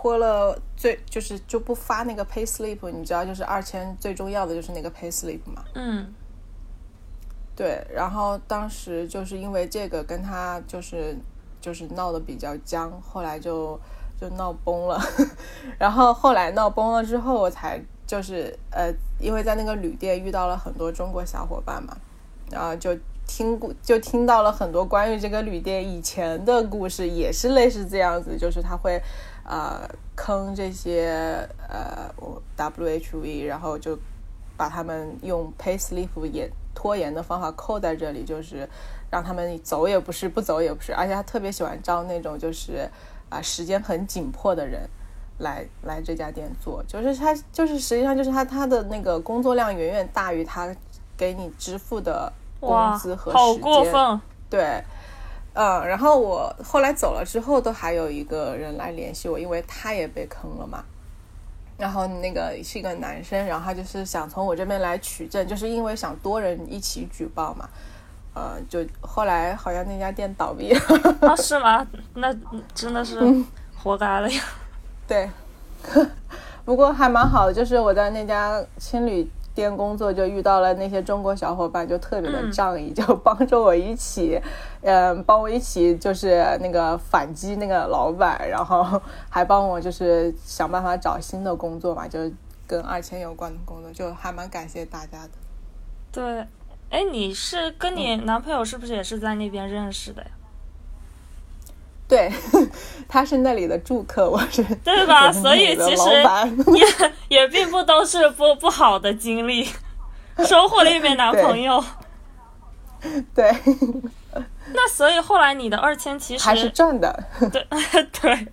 拖了最就是就不发那个 pay slip， 你知道就是二签最重要的就是那个 pay slip 嘛。 嗯， 对，然后当时就是因为这个跟他就是就是闹得比较僵，后来就就闹崩了。然后后来闹崩了之后，我才就是呃，因为在那个旅店遇到了很多中国小伙伴嘛，然后就听就听到了很多关于这个旅店以前的故事，也是类似这样子，就是他会呃坑这些呃 W H V， 然后就把他们用 pay slip 也拖延的方法扣在这里，就是让他们走也不是，不走也不是，而且他特别喜欢招那种就是啊、呃、时间很紧迫的人来来这家店做，就是他就是实际上就是他他的那个工作量远远大于他给你支付的工资和时间。 好过分。 对，嗯，然后我后来走了之后，都还有一个人来联系我，因为他也被坑了嘛。然后那个是一个男生，然后他就是想从我这边来取证，就是因为想多人一起举报嘛。呃，就后来好像那家店倒闭了。 啊，是吗？那真的是活该了呀。 对，不过还蛮好的，就是我在那家青旅店工作，就遇到了那些中国小伙伴，就特别的仗义，嗯、就帮着我一起，嗯，帮我一起就是那个反击那个老板，然后还帮我就是想办法找新的工作嘛，就跟二千有关的工作，就还蛮感谢大家的。 对，哎，你是跟你男朋友是不是也是在那边认识的呀？ 对，他是那里的住客，我是对吧？所以其实也也并不都是不不好的经历，收获了一名男朋友。 对。 那所以后来你的二千其实还是赚的。 对对。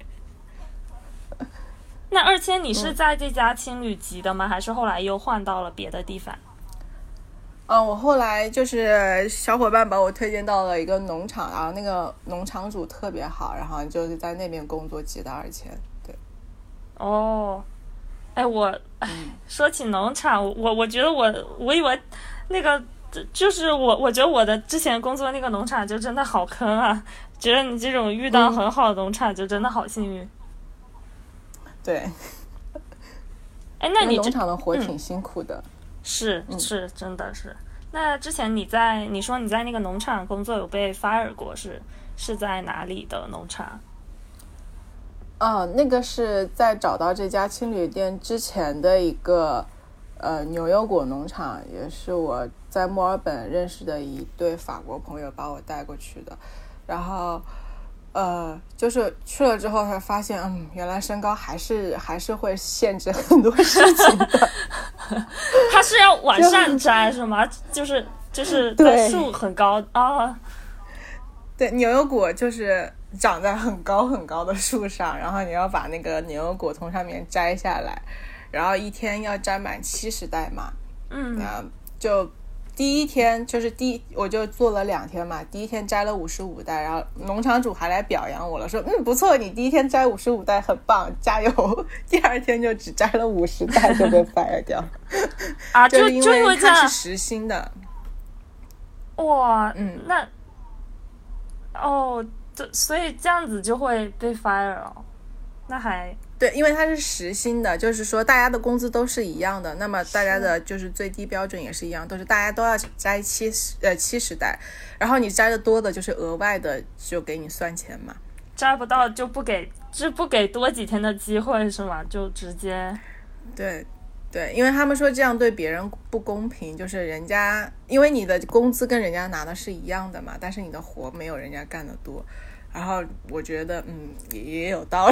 那二千你是在这家青旅籍的吗？还是后来又换到了别的地方？ 嗯，我后来就是小伙伴把我推荐到了一个农场，然后那个农场主特别好，然后就是在那边工作，积到二千。对。 哦，哎，我哎，说起农场，我我觉得我我以为那个就是我，我觉得我的之前工作那个农场就真的好坑啊！觉得你这种遇到很好的农场就真的好幸运。 嗯、对。 哎，那你农场的活挺辛苦的。 嗯是是，真的是。那之前你在你说你在那个农场工作有被 fire 过，是是在哪里的农场？ 哦，那个是在找到这家青旅店之前的一个呃牛油果农场，也是我在墨尔本认识的一对法国朋友把我带过去的。然后呃，就是去了之后才发现，嗯，原来身高还是还是会限制很多事情的。 它是要往上摘是吗？就是就是在树很高啊。 对，牛油果就是长在很高很高的树上，然后你要把那个牛油果从上面摘下来，然后一天要摘满七十袋嘛。 嗯， 然后就第一天就是第一我就做了两天嘛，第一天摘了五十五袋，然后农场主还来表扬我了，说嗯不错，你第一天摘五十五袋很棒，加油。第二天就只摘了五十袋就被 fire 掉。 啊，就就是因为它是实心的。 哇， 嗯， 那哦，这所以这样子就会被 fire 哦，那还。 对，因为它是时薪的，就是说大家的工资都是一样的，那么大家的就是最低标准也是一样，都是大家都要摘七十呃七十袋，然后你摘的多的就是额外的就给你算钱嘛， 摘不到就不给，就不给多几天的机会是吗？就直接。 对对，因为他们说这样对别人不公平，就是人家因为你的工资跟人家拿的是一样的嘛，但是你的活没有人家干的多。然后我觉得嗯 也, 也有道理。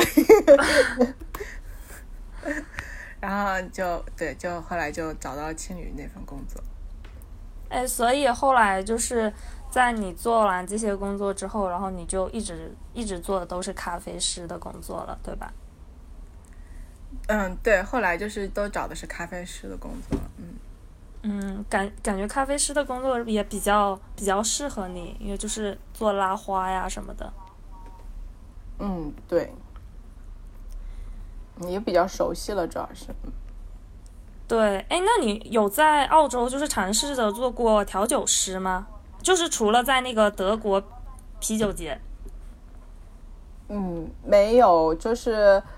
然后就对就后来就找到青旅那份工作。 哎，所以后来就是在你做完这些工作之后，然后你就一直一直做的都是咖啡师的工作了，对吧？ 嗯，对，后来就是都找的是咖啡师的工作。嗯嗯，感感觉咖啡师的工作也比较比较适合你，因为就是做拉花呀什么的。 嗯，对，也比较熟悉了，主要是。 对，哎，那你有在澳洲就是尝试着做过调酒师吗？就是除了在那个德国啤酒节。 嗯，没有，就是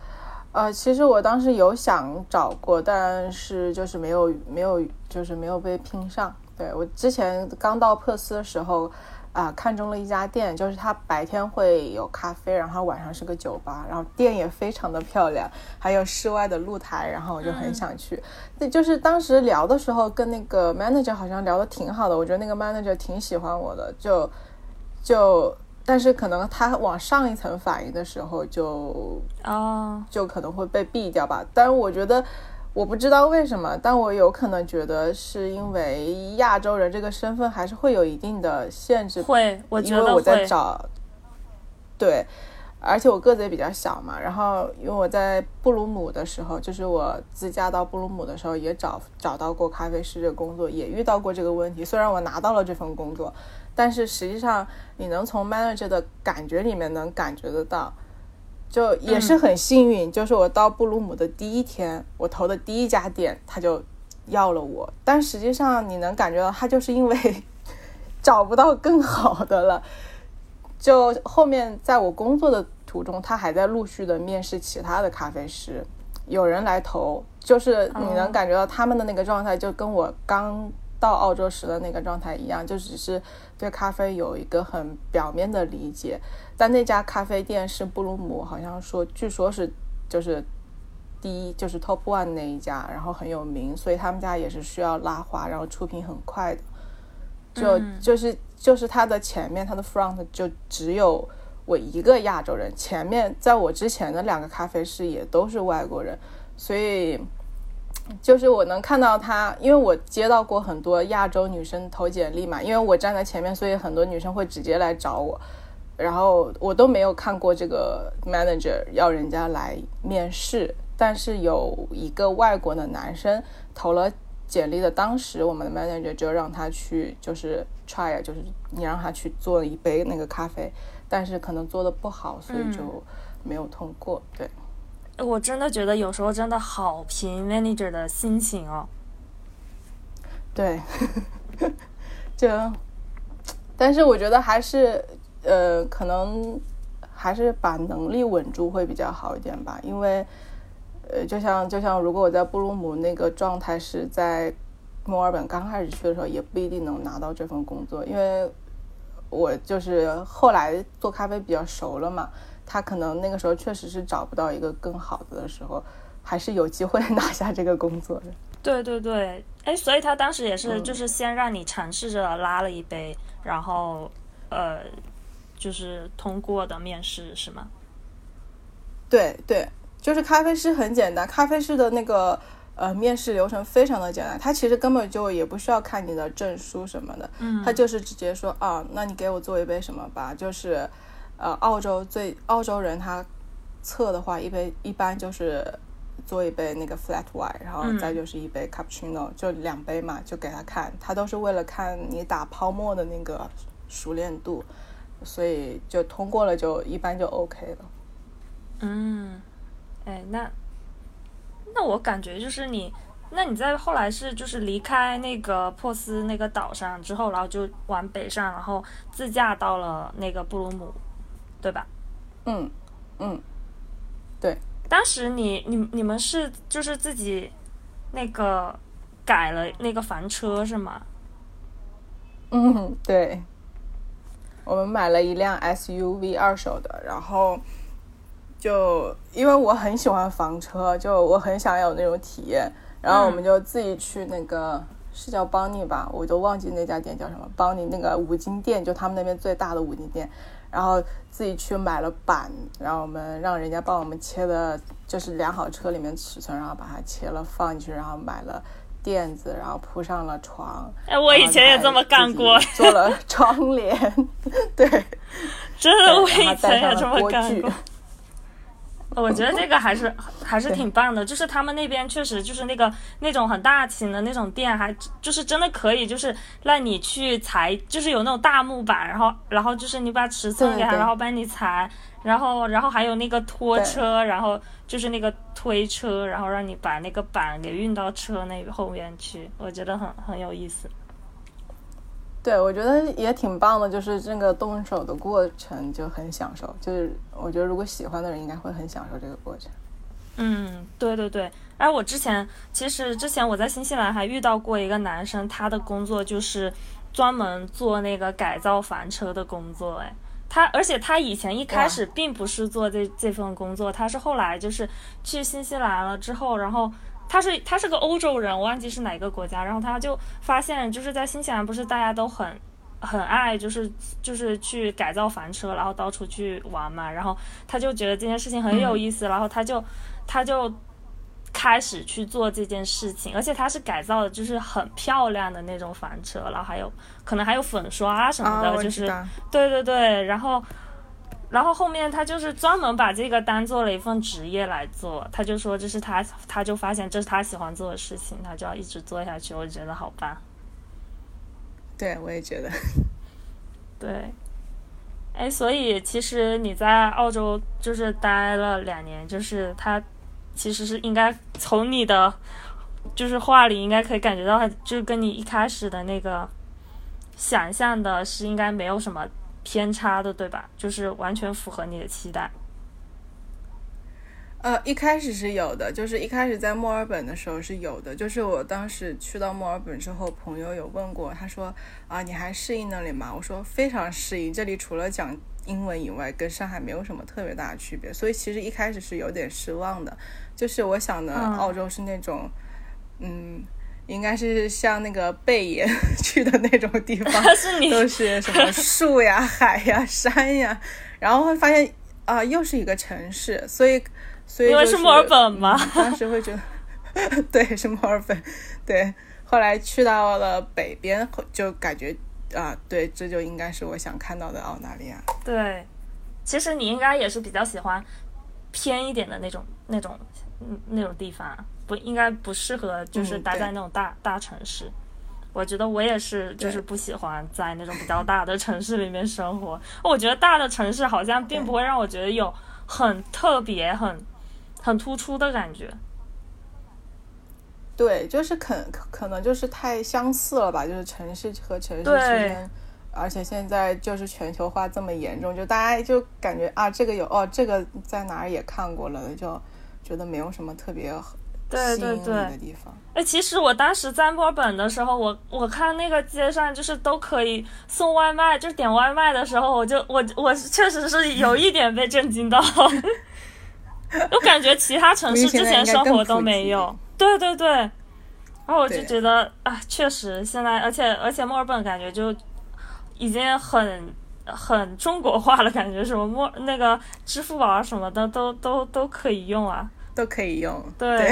呃，其实我当时有想找过，但是就是没有没有就是没有被拼上。对，我之前刚到珀斯的时候啊、呃，看中了一家店，就是它白天会有咖啡，然后晚上是个酒吧，然后店也非常的漂亮，还有室外的露台，然后我就很想去。那、嗯、就是当时聊的时候跟那个 manager 好像聊得挺好的，我觉得那个 manager 挺喜欢我的，就就但是可能他往上一层反映的时候就哦， 就可能会被毙掉吧。但我觉得我不知道为什么，但我有可能觉得是因为亚洲人这个身份还是会有一定的限制， 会，我觉得会， 因为我在找，对，而且我个子也比较小嘛，然后因为我在布鲁姆的时候，就是我自驾到布鲁姆的时候也找找到过咖啡师这个工作，也遇到过这个问题。虽然我拿到了这份工作，但是实际上你能从 manager 的感觉里面能感觉得到，就也是很幸运、嗯、就是我到布鲁姆的第一天，我投的第一家店他就要了我，但实际上你能感觉到他就是因为找不到更好的了，就后面在我工作的途中他还在陆续的面试其他的咖啡师，有人来投，就是你能感觉到他们的那个状态就跟我刚到澳洲时的那个状态一样，就只是对咖啡有一个很表面的理解。但那家咖啡店是布鲁姆好像说据说是就是第一就是 top one 那一家，然后很有名，所以他们家也是需要拉花，然后出品很快的，就、嗯、就是就是他的前面他的 front 就只有我一个亚洲人，前面在我之前的两个咖啡师也都是外国人，所以就是我能看到他，因为我接到过很多亚洲女生投简历嘛，因为我站在前面，所以很多女生会直接来找我，然后我都没有看过这个 manager 要人家来面试，但是有一个外国的男生投了简历的，当时我们的 manager 就让他去就是 try， 就是你让他去做一杯那个咖啡，但是可能做的不好，所以就没有通过、嗯、对。 我真的觉得有时候真的好凭 manager 的心情哦。 对就但是我觉得还是呃，可能还是把能力稳住会比较好一点吧，因为呃，就像就像如果我在布鲁姆那个状态是在墨尔本刚开始去的时候，也不一定能拿到这份工作，因为我就是后来做咖啡比较熟了嘛，他可能那个时候确实是找不到一个更好的的时候，还是有机会拿下这个工作的。 对对对，哎，所以他当时也是就是先让你尝试着拉了一杯、嗯、然后呃就是通过的面试是吗？ 对对，就是咖啡师很简单，咖啡师的那个呃面试流程非常的简单，他其实根本就也不需要看你的证书什么的，嗯，他就是直接说啊，那你给我做一杯什么吧，就是呃澳洲最澳洲人他测的话一杯一般就是做一杯那个 flat white， 然后再就是一杯 cappuccino、嗯、就两杯嘛，就给他看，他都是为了看你打泡沫的那个熟练度，所以就通过了就一般就 OK 了。 嗯，哎，那那我感觉就是你，那你在后来是就是离开那个珀斯那个岛上之后，然后就往北上，然后自驾到了那个布鲁姆，对吧？ 嗯嗯，对。 当时你你你们是就是自己那个改了那个房车是吗？ 嗯，对。我们买了一辆 S U V 二手的，然后就因为我很喜欢房车，就我很想有那种体验，然后我们就自己去那个、嗯、是叫邦尼吧，我都忘记那家店叫什么，邦尼那个五金店，就他们那边最大的五金店，然后自己去买了板，然后我们让人家帮我们切的，就是量好车里面尺寸，然后把它切了放进去，然后买了垫子，然后铺上了床。 哎，我以前也这么干过， 做了窗帘对， 真的我以前也这么干过。我觉得这个还是还是挺棒的，就是他们那边确实就是那个那种很大型的那种店，还就是真的可以就是让你去裁，就是有那种大木板，然后然后就是你把尺寸给他，然后帮你裁，然后然后还有那个拖车，然后就是那个推车，然后让你把那个板给运到车那后面去，我觉得很很有意思。 对，我觉得也挺棒的，就是这个动手的过程就很享受，就是我觉得如果喜欢的人应该会很享受这个过程。 嗯，对对对。哎，我之前其实之前我在新西兰还遇到过一个男生，他的工作就是专门做那个改造房车的工作。哎，他而且他以前一开始并不是做这这份工作，他是后来就是去新西兰了之后，然后他是他是个欧洲人，我忘记是哪个国家，然后他就发现就是在新西兰不是大家都很很爱就是就是去改造房车，然后到处去玩嘛，然后他就觉得这件事情很有意思，嗯、然后他就他就开始去做这件事情，而且他是改造的就是很漂亮的那种房车，然后还有可能还有粉刷啊什么的， 哦、 就是对对对，然后然后后面他就是专门把这个当做了一份职业来做，他就说这是他他就发现这是他喜欢做的事情，他就要一直做下去，我觉得好棒。 对，我也觉得。 对，哎，所以其实你在澳洲就是待了两年，就是他其实是应该从你的就是话里应该可以感觉到，就是跟你一开始的那个想象的是应该没有什么偏差的，对吧？就是完全符合你的期待。 呃，一开始是有的，就是一开始在墨尔本的时候是有的，就是我当时去到墨尔本之后，朋友有问过，他说啊，你还适应那里吗？我说非常适应，这里除了讲英文以外，跟上海没有什么特别大的区别，所以其实一开始是有点失望的，就是我想的澳洲是那种，嗯。嗯应该是像那个贝爷去的那种地方， 是你都是什么树呀、海呀、山呀，然后会发现啊、呃，又是一个城市，所以所以、就是、 因为是墨尔本吗？ 嗯、当时会觉得，对，是墨尔本，对。后来去到了北边，就感觉啊、呃，对，这就应该是我想看到的澳大利亚。 对，其实你应该也是比较喜欢偏一点的那种、那种、那种地方。不应该不适合就是待在那种大、嗯、大城市，我觉得我也是就是不喜欢在那种比较大的城市里面生活。我觉得大的城市好像并不会让我觉得有很特别很很突出的感觉。 对，就是可可能就是太相似了吧，就是城市和城市之间，而且现在就是全球化这么严重，就大家就感觉啊这个有哦这个在哪儿也看过了，就觉得没有什么特别对对对哎，其实我当时在墨尔本的时候，我我看那个街上就是都可以送外卖，就是点外卖的时候，我就我我确实是有一点被震惊到我感觉其他城市之前生活都没有。对对对，然后我就觉得啊，确实现在而且而且墨尔本感觉就已经很很中国化了，感觉什么墨那个支付宝啊什么的都都都可以用啊， 都可以用。 对, 对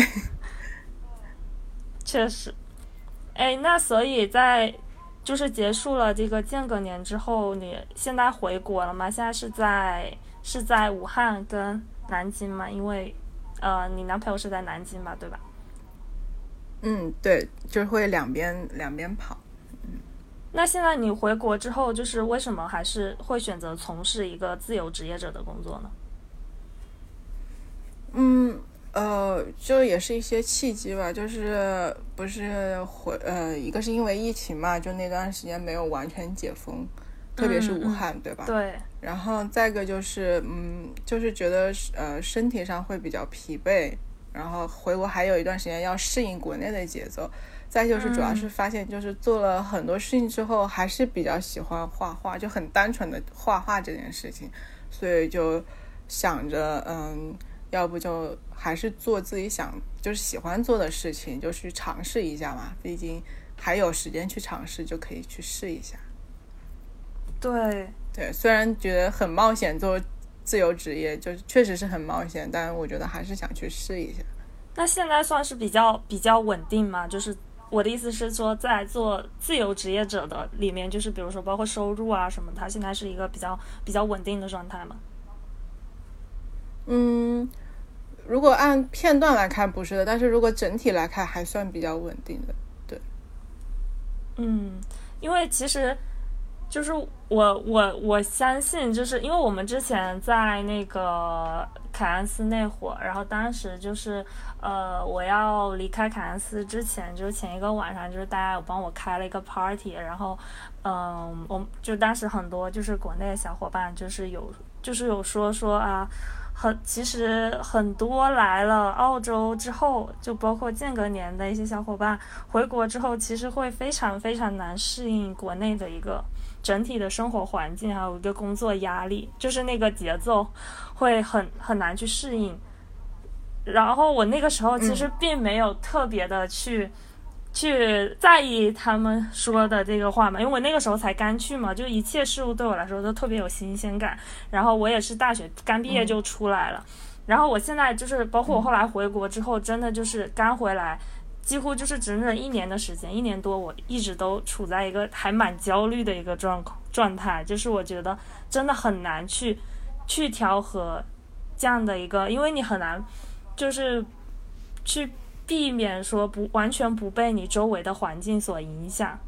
确实。哎，那所以在就是结束了这个间隔年之后，你现在回国了吗？现在是在是在武汉跟南京吗？因为呃你男朋友是在南京嘛，对吧？ 嗯，对，就会两边两边跑。 嗯，那现在你回国之后，就是为什么还是会选择从事一个自由职业者的工作呢？ 嗯，呃，就也是一些契机吧，就是不是回呃，一个是因为疫情嘛，就那段时间没有完全解封，特别是武汉， 嗯、 对吧？ 对。 然后再一个就是，嗯，就是觉得呃身体上会比较疲惫，然后回国还有一段时间要适应国内的节奏。再就是主要是发现，就是做了很多事情之后，还是比较喜欢画画，就很单纯的画画这件事情，所以就想着，嗯。要不就还是做自己想就是喜欢做的事情，就去尝试一下嘛，毕竟还有时间去尝试，就可以去试一下。 对对，虽然觉得很冒险，做自由职业就确实是很冒险，但我觉得还是想去试一下。 那现在算是比较比较稳定吗？就是我的意思是说，在做自由职业者的里面，就是比如说包括收入啊什么，它现在是一个比较比较稳定的状态吗？ 嗯，如果按片段来看不是的，但是如果整体来看还算比较稳定的。对， 嗯，因为其实就是我我我相信，就是因为我们之前在那个凯恩斯那会儿，然后当时就是呃我要离开凯恩斯之前，就是前一个晚上，就是大家有帮我开了一个 party， 然后嗯、呃，我就当时很多就是国内的小伙伴就是有就是有说说啊。很其实很多来了澳洲之后，就包括间隔年的一些小伙伴回国之后，其实会非常非常难适应国内的一个整体的生活环境，还有一个工作压力，就是那个节奏会很很难去适应。然后我那个时候其实并没有特别的去、嗯、去在意他们说的这个话嘛，因为我那个时候才刚去嘛，就一切事物对我来说都特别有新鲜感。然后我也是大学刚毕业就出来了、嗯、然后我现在就是包括我后来回国之后，真的就是刚回来几乎就是整整一年的时间，一年多我一直都处在一个还蛮焦虑的一个状状态，就是我觉得真的很难去去调和这样的一个，因为你很难就是去避免说不完全不被你周围的环境所影响。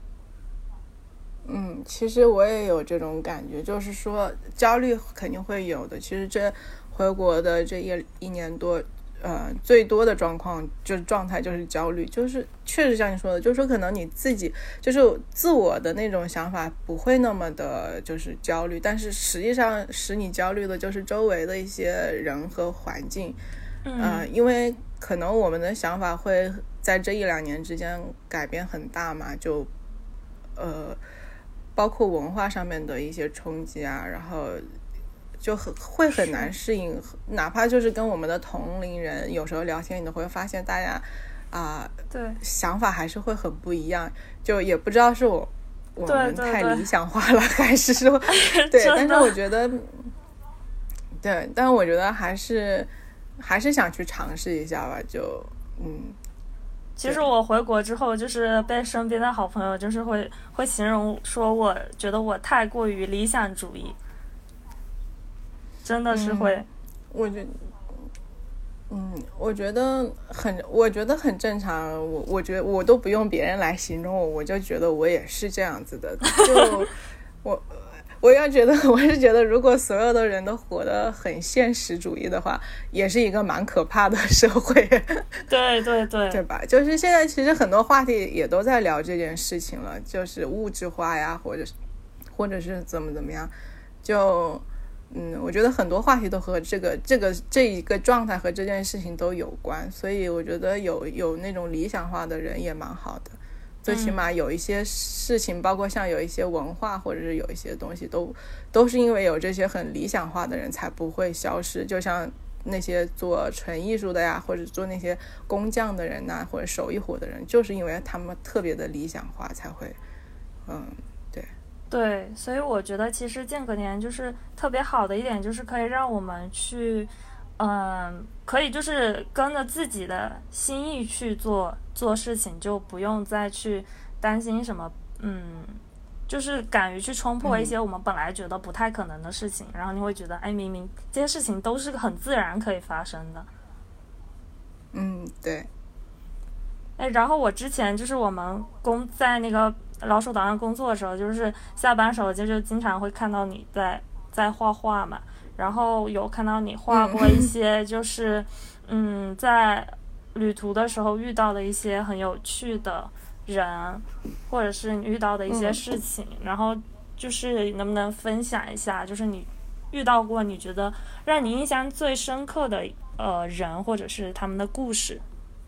嗯，其实我也有这种感觉，就是说焦虑肯定会有的。其实这回国的这一一年多，呃，最多的状况就是状态就是焦虑，就是确实像你说的，就是说可能你自己就是自我的那种想法不会那么的就是焦虑，但是实际上使你焦虑的就是周围的一些人和环境。 嗯、 呃，因为可能我们的想法会在这一两年之间改变很大嘛，就呃，包括文化上面的一些冲击啊，然后就很会很难适应，哪怕就是跟我们的同龄人有时候聊天，你都会发现大家啊、呃， 对， 想法还是会很不一样，就也不知道是我我们太理想化了，还是说对，但是我觉得对，但我觉得还是。还是想去尝试一下吧，就嗯。 其实我回国之后，就是被身边的好朋友就是会会形容说，我觉得我太过于理想主义，真的是会。 嗯、我觉得，嗯，我觉得很，我觉得很正常。我我觉得我都不用别人来形容我，我就觉得我也是这样子的。就我。我要觉得我是觉得如果所有的人都活得很现实主义的话，也是一个蛮可怕的社会。 对对对， 对吧？就是现在其实很多话题也都在聊这件事情了，就是物质化呀，或者是或者是怎么怎么样，就嗯，我觉得很多话题都和这个这个这一个状态和这件事情都有关，所以我觉得有有那种理想化的人也蛮好的。最起码有一些事情、嗯、包括像有一些文化或者是有一些东西都都是因为有这些很理想化的人才不会消失，就像那些做纯艺术的呀，或者做那些工匠的人呐，或者手艺活的人，就是因为他们特别的理想化才会嗯对对，所以我觉得其实间隔年就是特别好的一点，就是可以让我们去嗯，可以就是跟着自己的心意去做做事情，就不用再去担心什么，嗯，就是敢于去冲破一些我们本来觉得不太可能的事情，嗯、然后你会觉得，哎，明明这些事情都是很自然可以发生的。 嗯，对。 哎，然后我之前就是我们工在那个老鼠岛上工作的时候，就是下班时候就就经常会看到你在在画画嘛。然后有看到你画过一些就是嗯, 嗯在旅途的时候遇到的一些很有趣的人，或者是你遇到的一些事情、嗯、然后就是能不能分享一下，就是你遇到过你觉得让你印象最深刻的呃人或者是他们的故事。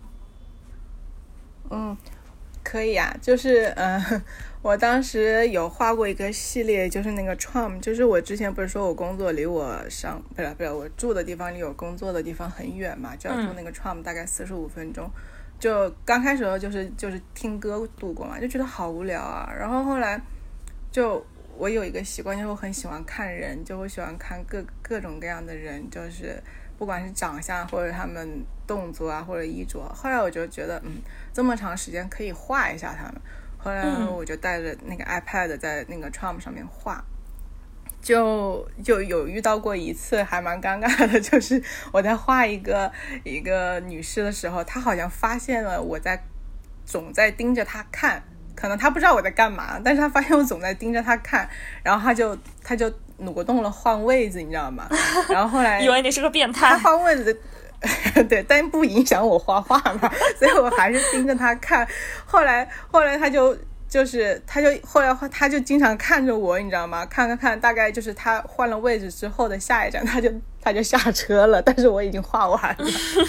嗯，可以啊，就是嗯、呃，我当时有画过一个系列，就是那个 tram， 就是我之前不是说我工作离我上不是不是我住的地方离我工作的地方很远嘛，就要坐那个 tram 大概四十五分钟、嗯、就刚开始的时候就是就是听歌度过嘛，就觉得好无聊啊，然后后来就我有一个习惯，就是我很喜欢看人，就我喜欢看各各种各样的人，就是不管是长相或者他们动作啊或者衣着，后来我就觉得嗯，这么长时间可以画一下他们，后来我就带着那个 iPad 在那个 tram 上面画，就就有遇到过一次还蛮尴尬的，就是我在画一个一个女士的时候，她好像发现了我在总在盯着她看， 可能他不知道我在干嘛，但是他发现我总在盯着他看，然后他就他就挪动了换位子，你知道吗？然后后来以为你是个变态。 他换位子对，但不影响我画画嘛，所以我还是盯着他看。后来后来他就就是他就后来他就经常看着我，你知道吗？看看看，大概就是他换了位置之后的下一站，他就他就下车了，但是我已经画完了。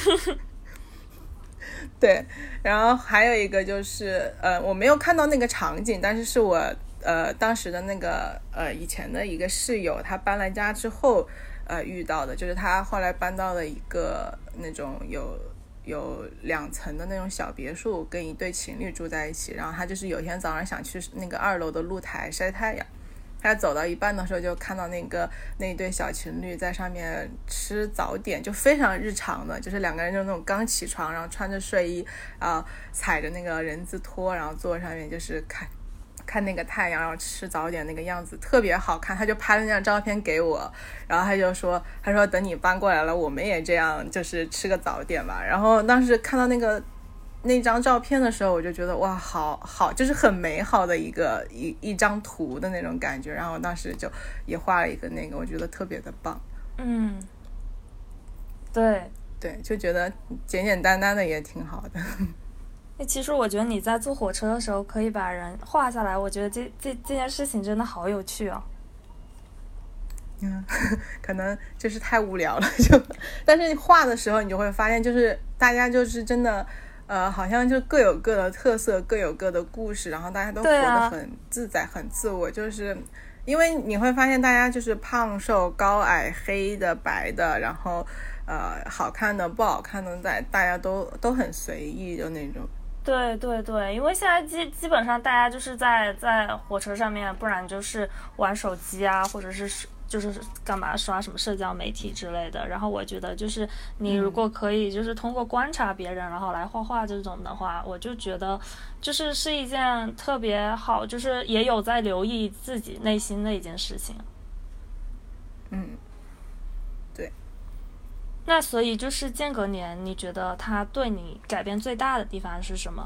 对，然后还有一个就是呃，我没有看到那个场景，但是是我呃当时的那个呃以前的一个室友，他搬了家之后呃遇到的，就是他后来搬到了一个那种有有两层的那种小别墅，跟一对情侣住在一起。然后他就是有一天早上想去那个二楼的露台晒太阳，他走到一半的时候就看到那个那一对小情侣在上面吃早点，就非常日常的，就是两个人就那种刚起床，然后穿着睡衣啊、呃，踩着那个人字拖，然后坐上面就是看看那个太阳，然后吃早点，那个样子特别好看。他就拍了那张照片给我，然后他就说他说等你搬过来了我们也这样就是吃个早点吧。然后当时看到那个那张照片的时候，我就觉得哇，好好，就是很美好的一个一一张图的那种感觉。然后当时就也画了一个那个，我觉得特别的棒。 嗯，对对，就觉得简简单单的也挺好的。 其实我觉得你在坐火车的时候可以把人画下来，我觉得这这这件事情真的好有趣哦。 嗯，可能就是太无聊了，就但是画的时候你就会发现，就是大家就是真的。呃，好像就各有各的特色，各有各的故事，然后大家都活得很自在、啊、很自我。就是因为你会发现大家就是胖瘦高矮黑的白的，然后呃好看的不好看的，大大家都都很随意的那种。 对对对，因为现在基基本上大家就是在在火车上面，不然就是玩手机啊，或者是就是干嘛刷什么社交媒体之类的。然后我觉得就是你如果可以就是通过观察别人、嗯、然后来画画这种的话，我就觉得就是是一件特别好，就是也有在留意自己内心的一件事情。 嗯，对。 那所以就是间隔年你觉得它对你改变最大的地方是什么？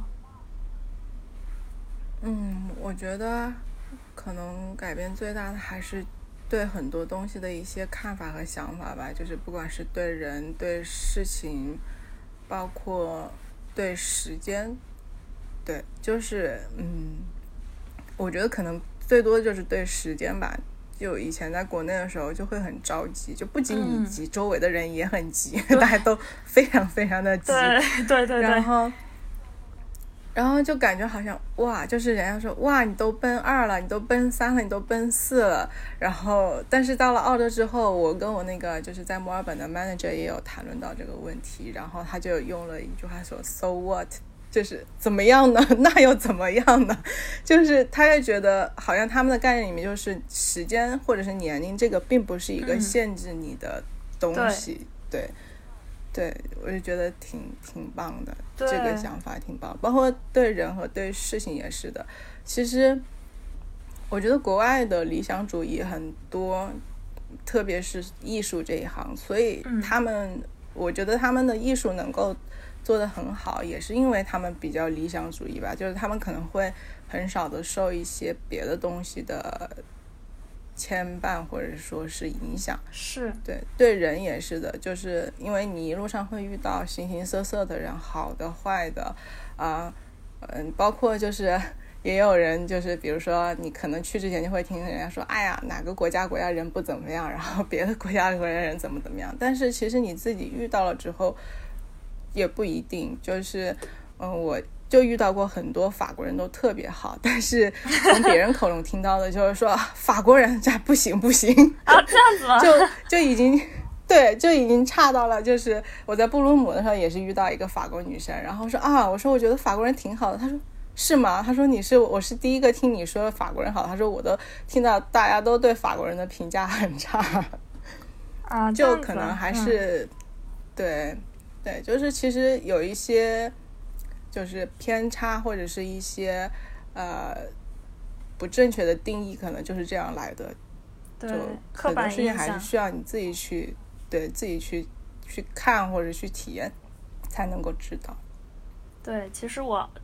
嗯，我觉得可能改变最大的还是对很多东西的一些看法和想法吧，就是不管是对人对事情包括对时间，对，就是嗯我觉得可能最多就是对时间吧。就以前在国内的时候就会很着急，就不仅你急、嗯、周围的人也很急，大家都非常非常的急。 对对对对。 然后然后就感觉好像哇，就是人家说哇你都奔二了，你都奔三了，你都奔四了。然后但是到了澳洲之后，我跟我那个就是在墨尔本的 manager 也有谈论到这个问题，然后他就用了一句话说 so what， 就是怎么样呢？那又怎么样呢？就是他就觉得好像他们的概念里面就是时间或者是年龄这个并不是一个限制你的东西。嗯、对对，我就觉得挺挺棒的，这个想法挺棒，包括对人和对事情也是的。其实我觉得国外的理想主义很多，特别是艺术这一行，所以他们、嗯、我觉得他们的艺术能够做得很好，也是因为他们比较理想主义吧，就是他们可能会很少的受一些别的东西的牵绊或者说是影响。 是对对人也是的，就是因为你一路上会遇到形形色色的人，好的坏的啊，嗯、呃，包括就是也有人就是比如说你可能去之前就会听人家说哎呀哪个国家国家人不怎么样，然后别的国家国家人怎么怎么样，但是其实你自己遇到了之后也不一定。就是嗯，我就遇到过很多法国人都特别好，但是从别人口中听到的就是说法国人这不行不行啊，这样子吗？ 就就已经对就已经差到了，就是我在布鲁姆的时候也是遇到一个法国女生，然后说啊，我说我觉得法国人挺好的，她说是吗？她说你是我是第一个听你说法国人好，她说我都听到大家都对法国人的评价很差啊， 就可能还是、嗯、对对，就是其实有一些就是偏差或者是一些呃不正确的定义，可能就是这样来的。 对， 就很多事情还是需要你自己去对自己去去看或者去体验才能够知道。 对，其实我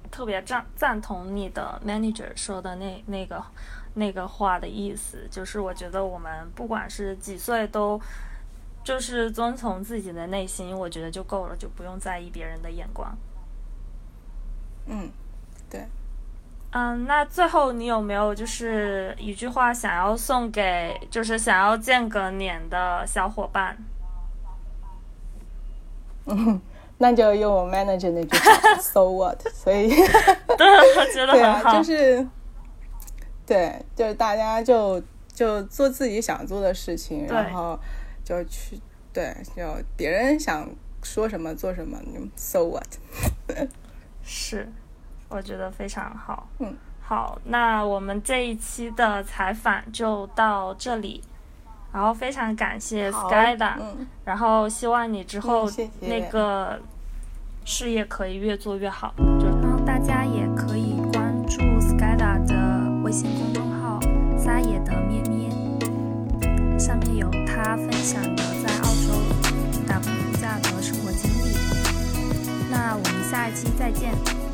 特别赞赞同你的 manager 说的那那个那个话的意思，就是我觉得我们不管是几岁都就是遵从自己的内心，我觉得就够了，就不用在意别人的眼光。 嗯，对。 嗯，那最后你有没有就是一句话想要送给就是想要间隔年的小伙伴？ 嗯，那就用我 manager 那句话，so what？ 所以， 对，我觉得很好。 对啊，就是，对，就是大家就就做自己想做的事情，然后就去，对，就别人想说什么做什么 ，so what？ 是。我觉得非常好。 嗯， 好，那我们这一期的采访就到这里，然后非常感谢 Skyda， 嗯， 然后希望你之后嗯，谢谢那个事业可以越做越好。就然后大家也可以关注 Skyda 的微信公众号“撒野的咩咩”，上面有他分享的在澳洲打工度假的生活经历。那我们下一期再见。